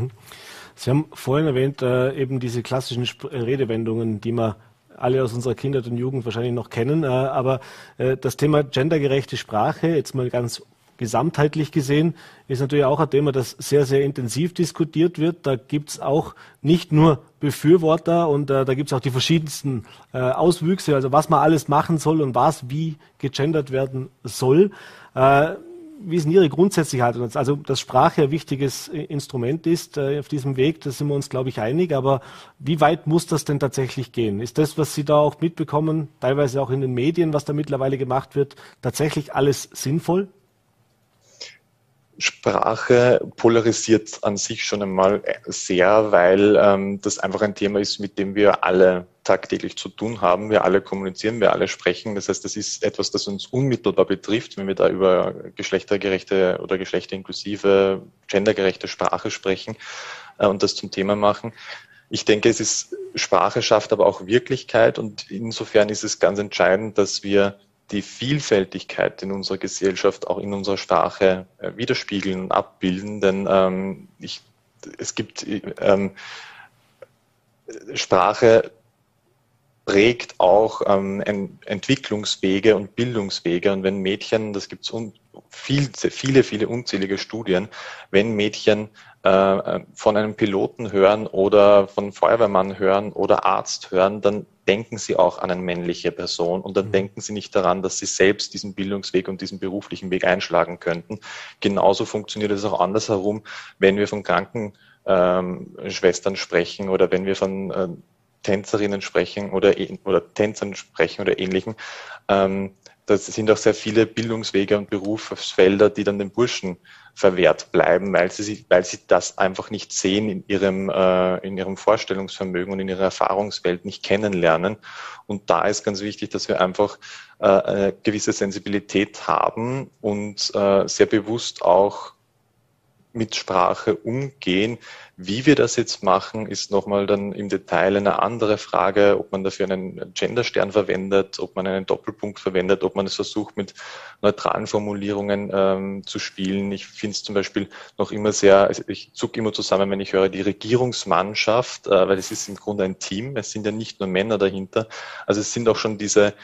Sie haben vorhin erwähnt, eben diese klassischen Redewendungen, die man alle aus unserer Kindheit und Jugend wahrscheinlich noch kennen, aber das Thema gendergerechte Sprache, jetzt mal ganz gesamtheitlich gesehen, ist natürlich auch ein Thema, das sehr, sehr intensiv diskutiert wird. Da gibt es auch nicht nur Befürworter und da gibt es auch die verschiedensten Auswüchse, also was man alles machen soll und was wie gegendert werden soll. wie ist denn Ihre grundsätzliche Haltung? Also, dass Sprache ein wichtiges Instrument ist auf diesem Weg, da sind wir uns, glaube ich, einig. Aber wie weit muss das denn tatsächlich gehen? Ist das, was Sie da auch mitbekommen, teilweise auch in den Medien, was da mittlerweile gemacht wird, tatsächlich alles sinnvoll? Sprache polarisiert an sich schon einmal sehr, weil das einfach ein Thema ist, mit dem wir alle tagtäglich zu tun haben. Wir alle kommunizieren, wir alle sprechen. Das heißt, das ist etwas, das uns unmittelbar betrifft, wenn wir da über geschlechtergerechte oder geschlechterinklusive, gendergerechte Sprache sprechen und das zum Thema machen. Ich denke, Sprache schafft aber auch Wirklichkeit, und insofern ist es ganz entscheidend, dass wir die Vielfältigkeit in unserer Gesellschaft auch in unserer Sprache widerspiegeln und abbilden, denn Sprache prägt auch Entwicklungswege und Bildungswege, und wenn Mädchen, das gibt es viele unzählige Studien, wenn Mädchen von einem Piloten hören oder von Feuerwehrmann hören oder Arzt hören, dann denken sie auch an eine männliche Person, und dann denken sie nicht daran, dass sie selbst diesen Bildungsweg und diesen beruflichen Weg einschlagen könnten. Genauso funktioniert es auch andersherum, wenn wir von Krankenschwestern sprechen oder wenn wir von Tänzerinnen sprechen oder Tänzern sprechen oder Ähnlichem. Das sind auch sehr viele Bildungswege und Berufsfelder, die dann den Burschen verwehrt bleiben, weil sie das einfach nicht sehen in ihrem Vorstellungsvermögen und in ihrer Erfahrungswelt nicht kennenlernen. Und da ist ganz wichtig, dass wir einfach eine gewisse Sensibilität haben und sehr bewusst auch mit Sprache umgehen. Wie wir das jetzt machen, ist nochmal dann im Detail eine andere Frage, ob man dafür einen Genderstern verwendet, ob man einen Doppelpunkt verwendet, ob man es versucht, mit neutralen Formulierungen zu spielen. Ich finde es zum Beispiel noch immer ich zucke immer zusammen, wenn ich höre die Regierungsmannschaft, weil es ist im Grunde ein Team, es sind ja nicht nur Männer dahinter. Also es sind auch schon diese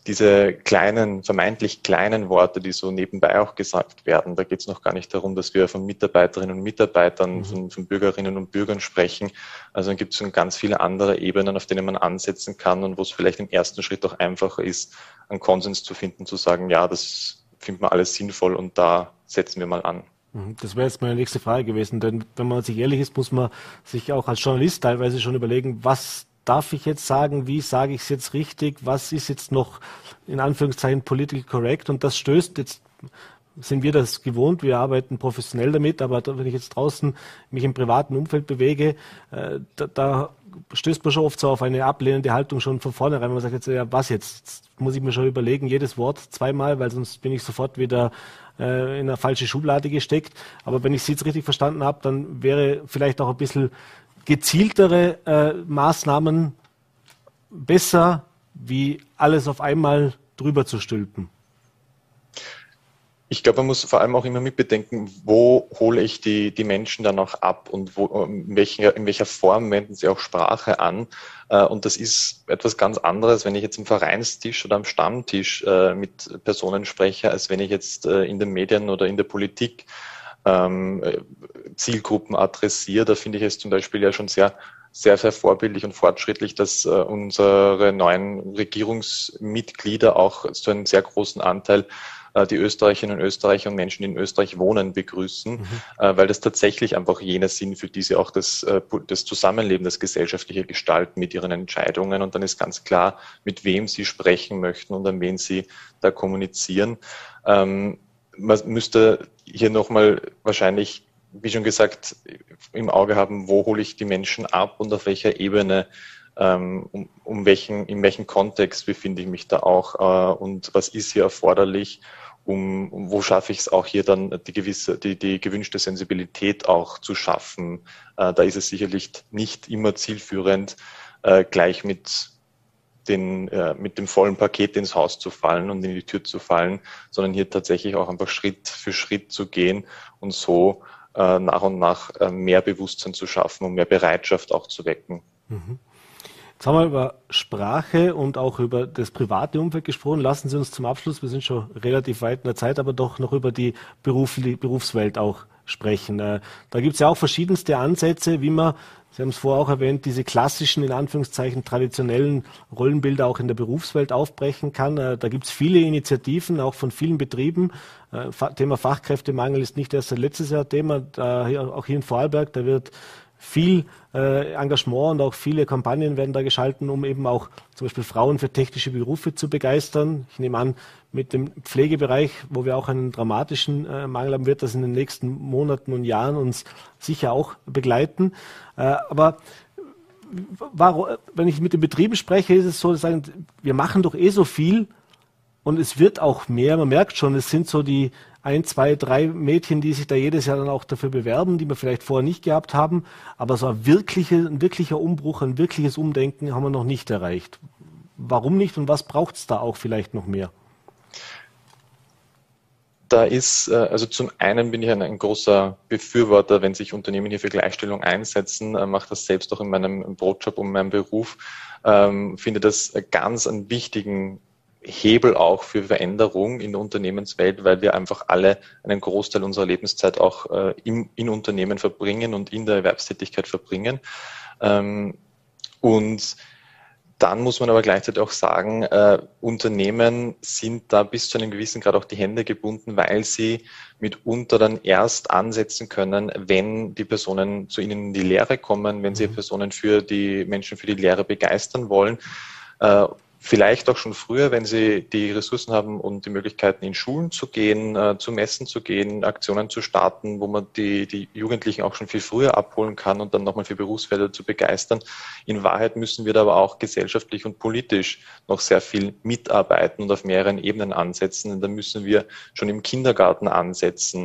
kleinen, vermeintlich kleinen Worte, die so nebenbei auch gesagt werden. Da geht es noch gar nicht darum, dass wir von Mitarbeiterinnen und Mitarbeitern, von Bürgerinnen und Bürgern sprechen. Also dann gibt es schon ganz viele andere Ebenen, auf denen man ansetzen kann und wo es vielleicht im ersten Schritt auch einfacher ist, einen Konsens zu finden, zu sagen, ja, das finden wir alles sinnvoll und da setzen wir mal an. Das wäre jetzt meine nächste Frage gewesen, denn wenn man sich ehrlich ist, muss man sich auch als Journalist teilweise schon überlegen, was darf ich jetzt sagen, wie sage ich es jetzt richtig, was ist jetzt noch in Anführungszeichen political correct, und das stößt, jetzt sind wir das gewohnt, wir arbeiten professionell damit, aber wenn ich jetzt draußen mich im privaten Umfeld bewege, da stößt man schon oft so auf eine ablehnende Haltung schon von vornherein, man sagt jetzt, ja, was jetzt muss ich mir schon überlegen, jedes Wort zweimal, weil sonst bin ich sofort wieder in eine falsche Schublade gesteckt, aber wenn ich Sie jetzt richtig verstanden habe, dann wäre vielleicht auch ein bisschen gezieltere Maßnahmen besser, wie alles auf einmal drüber zu stülpen? Ich glaube, man muss vor allem auch immer mitbedenken, wo hole ich die Menschen dann auch ab und in welcher Form wenden sie auch Sprache an. Und das ist etwas ganz anderes, wenn ich jetzt am Vereinstisch oder am Stammtisch mit Personen spreche, als wenn ich jetzt in den Medien oder in der Politik Zielgruppen adressiere. Da finde ich es zum Beispiel ja schon sehr, sehr, sehr vorbildlich und fortschrittlich, dass unsere neuen Regierungsmitglieder auch zu einem sehr großen Anteil die Österreicherinnen und Österreicher und Menschen, die in Österreich wohnen, begrüßen, weil das tatsächlich einfach jene sind, für die sie auch das Zusammenleben, das gesellschaftliche gestalten mit ihren Entscheidungen, und dann ist ganz klar, mit wem sie sprechen möchten und an wen sie da kommunizieren. Man müsste hier nochmal wahrscheinlich, wie schon gesagt, im Auge haben, wo hole ich die Menschen ab und auf welcher Ebene, in welchem Kontext befinde ich mich da auch und was ist hier erforderlich, wo schaffe ich es auch hier dann die gewünschte Sensibilität auch zu schaffen. Da ist es sicherlich nicht immer zielführend, gleich mit dem vollen Paket ins Haus zu fallen und in die Tür zu fallen, sondern hier tatsächlich auch einfach Schritt für Schritt zu gehen und so nach und nach mehr Bewusstsein zu schaffen und mehr Bereitschaft auch zu wecken. Jetzt haben wir über Sprache und auch über das private Umfeld gesprochen. Lassen Sie uns zum Abschluss, wir sind schon relativ weit in der Zeit, aber doch noch über die Berufswelt auch sprechen. Da gibt es ja auch verschiedenste Ansätze, wie man, Sie haben es vorher auch erwähnt, diese klassischen, in Anführungszeichen, traditionellen Rollenbilder auch in der Berufswelt aufbrechen kann. Da gibt es viele Initiativen, auch von vielen Betrieben. Thema Fachkräftemangel ist nicht erst seit letztes Jahr Thema, auch hier in Vorarlberg, da wird viel Engagement und auch viele Kampagnen werden da geschalten, um eben auch zum Beispiel Frauen für technische Berufe zu begeistern. Ich nehme an, mit dem Pflegebereich, wo wir auch einen dramatischen Mangel haben, wird das in den nächsten Monaten und Jahren uns sicher auch begleiten. Aber wenn ich mit den Betrieben spreche, ist es so, dass sie sagen, wir machen doch so viel und es wird auch mehr. Man merkt schon, es sind so die 1, 2, 3 Mädchen, die sich da jedes Jahr dann auch dafür bewerben, die wir vielleicht vorher nicht gehabt haben. Aber so ein wirklicher Umbruch, ein wirkliches Umdenken haben wir noch nicht erreicht. Warum nicht und was braucht es da auch vielleicht noch mehr? Da ist, also zum einen bin ich ein großer Befürworter, wenn sich Unternehmen hier für Gleichstellung einsetzen, mache das selbst auch in meinem Brotjob und meinem Beruf, finde das ganz einen wichtigen Hebel auch für Veränderung in der Unternehmenswelt, weil wir einfach alle einen Großteil unserer Lebenszeit auch in Unternehmen verbringen und in der Erwerbstätigkeit verbringen. Und dann muss man aber gleichzeitig auch sagen, Unternehmen sind da bis zu einem gewissen Grad auch die Hände gebunden, weil sie mitunter dann erst ansetzen können, wenn die Personen zu ihnen in die Lehre kommen, wenn sie Personen Menschen für die Lehre begeistern wollen. Vielleicht auch schon früher, wenn sie die Ressourcen haben und die Möglichkeiten, in Schulen zu gehen, zu Messen zu gehen, Aktionen zu starten, wo man die Jugendlichen auch schon viel früher abholen kann und dann nochmal für Berufsfelder zu begeistern. In Wahrheit müssen wir da aber auch gesellschaftlich und politisch noch sehr viel mitarbeiten und auf mehreren Ebenen ansetzen. Und da müssen wir schon im Kindergarten ansetzen,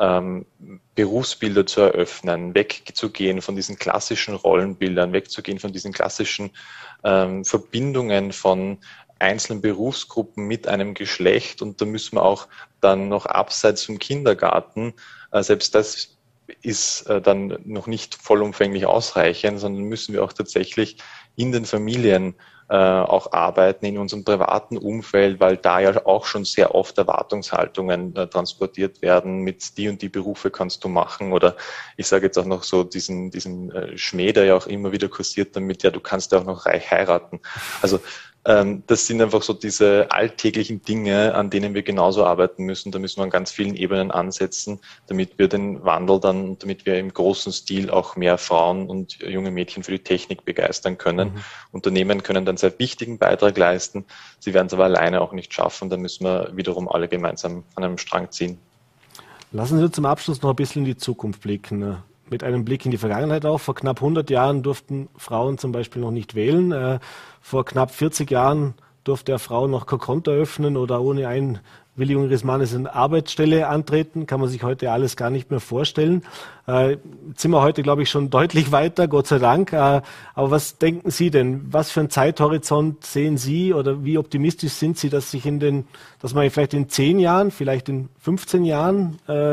Berufsbilder zu eröffnen, wegzugehen von diesen klassischen Rollenbildern, wegzugehen von diesen klassischen Verbindungen von einzelnen Berufsgruppen mit einem Geschlecht. Und da müssen wir auch dann noch abseits vom Kindergarten, selbst das ist dann noch nicht vollumfänglich ausreichend, sondern müssen wir auch tatsächlich in den Familien auch arbeiten, in unserem privaten Umfeld, weil da ja auch schon sehr oft Erwartungshaltungen transportiert werden, mit die und die Berufe kannst du machen, oder ich sage jetzt auch noch so diesen Schmäh, der ja auch immer wieder kursiert damit, ja, du kannst ja auch noch reich heiraten. Also das sind einfach so diese alltäglichen Dinge, an denen wir genauso arbeiten müssen. Da müssen wir an ganz vielen Ebenen ansetzen, damit wir den Wandel damit wir im großen Stil auch mehr Frauen und junge Mädchen für die Technik begeistern können. Unternehmen können dann einen sehr wichtigen Beitrag leisten. Sie werden es aber alleine auch nicht schaffen. Da müssen wir wiederum alle gemeinsam an einem Strang ziehen. Lassen Sie uns zum Abschluss noch ein bisschen in die Zukunft blicken. Mit einem Blick in die Vergangenheit auch. Vor knapp 100 Jahren durften Frauen zum Beispiel noch nicht wählen. Vor knapp 40 Jahren durfte eine Frau noch kein Konto eröffnen oder ohne Einwilligung ihres Mannes eine Arbeitsstelle antreten. Kann man sich heute alles gar nicht mehr vorstellen. Jetzt sind wir heute, glaube ich, schon deutlich weiter, Gott sei Dank. Aber was denken Sie denn? Was für einen Zeithorizont sehen Sie oder wie optimistisch sind Sie, dass man vielleicht in 10 Jahren, vielleicht in 15 Jahren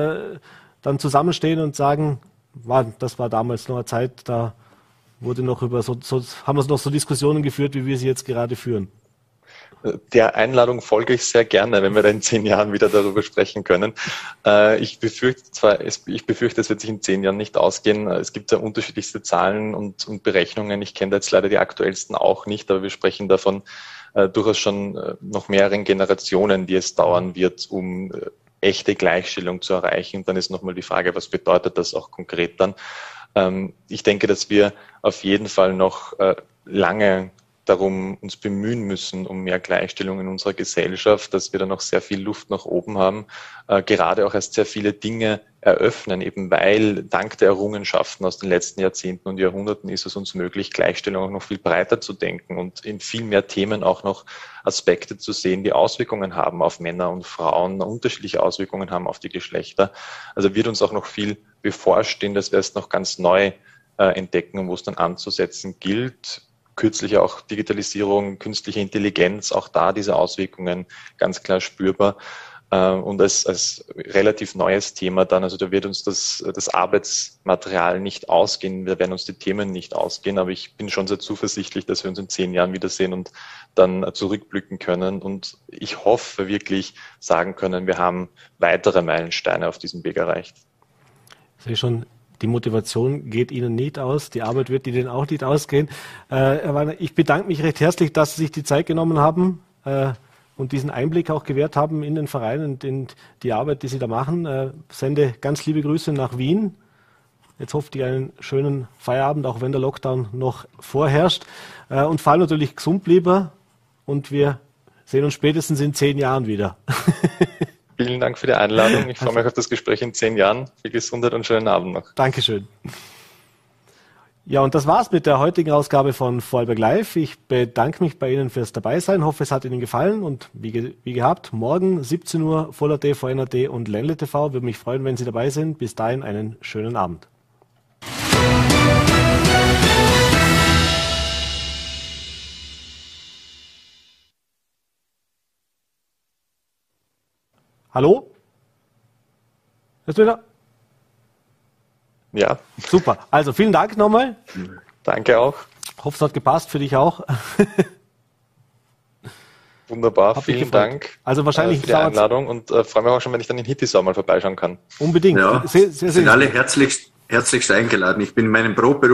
dann zusammenstehen und sagen, das war damals noch eine Zeit, da wurde noch haben wir noch so Diskussionen geführt, wie wir sie jetzt gerade führen. Der Einladung folge ich sehr gerne, wenn wir da in 10 Jahren wieder darüber sprechen können. Ich befürchte, es wird sich in 10 Jahren nicht ausgehen. Es gibt ja unterschiedlichste Zahlen und Berechnungen. Ich kenne da jetzt leider die aktuellsten auch nicht, aber wir sprechen davon durchaus schon noch mehreren Generationen, die es dauern wird, um echte Gleichstellung zu erreichen. Und dann ist nochmal die Frage, was bedeutet das auch konkret dann? Ich denke, dass wir auf jeden Fall noch lange darum uns bemühen müssen, um mehr Gleichstellung in unserer Gesellschaft, dass wir da noch sehr viel Luft nach oben haben, gerade auch erst sehr viele Dinge eröffnen, eben weil dank der Errungenschaften aus den letzten Jahrzehnten und Jahrhunderten ist es uns möglich, Gleichstellung auch noch viel breiter zu denken und in viel mehr Themen auch noch Aspekte zu sehen, die Auswirkungen haben auf Männer und Frauen, unterschiedliche Auswirkungen haben auf die Geschlechter. Also wird uns auch noch viel bevorstehen, dass wir es noch ganz neu entdecken und wo es dann anzusetzen gilt. Kürzlich auch Digitalisierung, künstliche Intelligenz, auch da diese Auswirkungen ganz klar spürbar. Und als relativ neues Thema dann, also da wird uns das Arbeitsmaterial nicht ausgehen, da werden uns die Themen nicht ausgehen, aber ich bin schon sehr zuversichtlich, dass wir uns in 10 Jahren wiedersehen und dann zurückblicken können. Und ich hoffe wirklich sagen können, wir haben weitere Meilensteine auf diesem Weg erreicht. Ich sehe schon, die Motivation geht Ihnen nicht aus, die Arbeit wird Ihnen auch nicht ausgehen. Herr Wagner, ich bedanke mich recht herzlich, dass Sie sich die Zeit genommen haben und diesen Einblick auch gewährt haben in den Verein und in die Arbeit, die Sie da machen. Sende ganz liebe Grüße nach Wien. Jetzt hoffe ich einen schönen Feierabend, auch wenn der Lockdown noch vorherrscht. Und vor allem natürlich gesund bleiben. Und wir sehen uns spätestens in 10 Jahren wieder. Vielen Dank für die Einladung. Ich freue mich auf das Gespräch in 10 Jahren. Viel Gesundheit und schönen Abend noch. Dankeschön. Ja, und das war's mit der heutigen Ausgabe von Vorarlberg Live. Ich bedanke mich bei Ihnen fürs Dabeisein, hoffe, es hat Ihnen gefallen und wie gehabt, morgen 17 Uhr Voll.at, VNAT und Ländle TV. Würde mich freuen, wenn Sie dabei sind. Bis dahin einen schönen Abend. Hallo? Hörst du wieder? Ja. Super. Also vielen Dank nochmal. Danke auch. Hoffe, es hat gepasst für dich auch. Wunderbar, vielen Dank also wahrscheinlich für die Einladung und freue mich auch schon, wenn ich dann in Hittisau mal vorbeischauen kann. Unbedingt. Ja, sind alle herzlichst eingeladen. Ich bin in meinem Brotberuf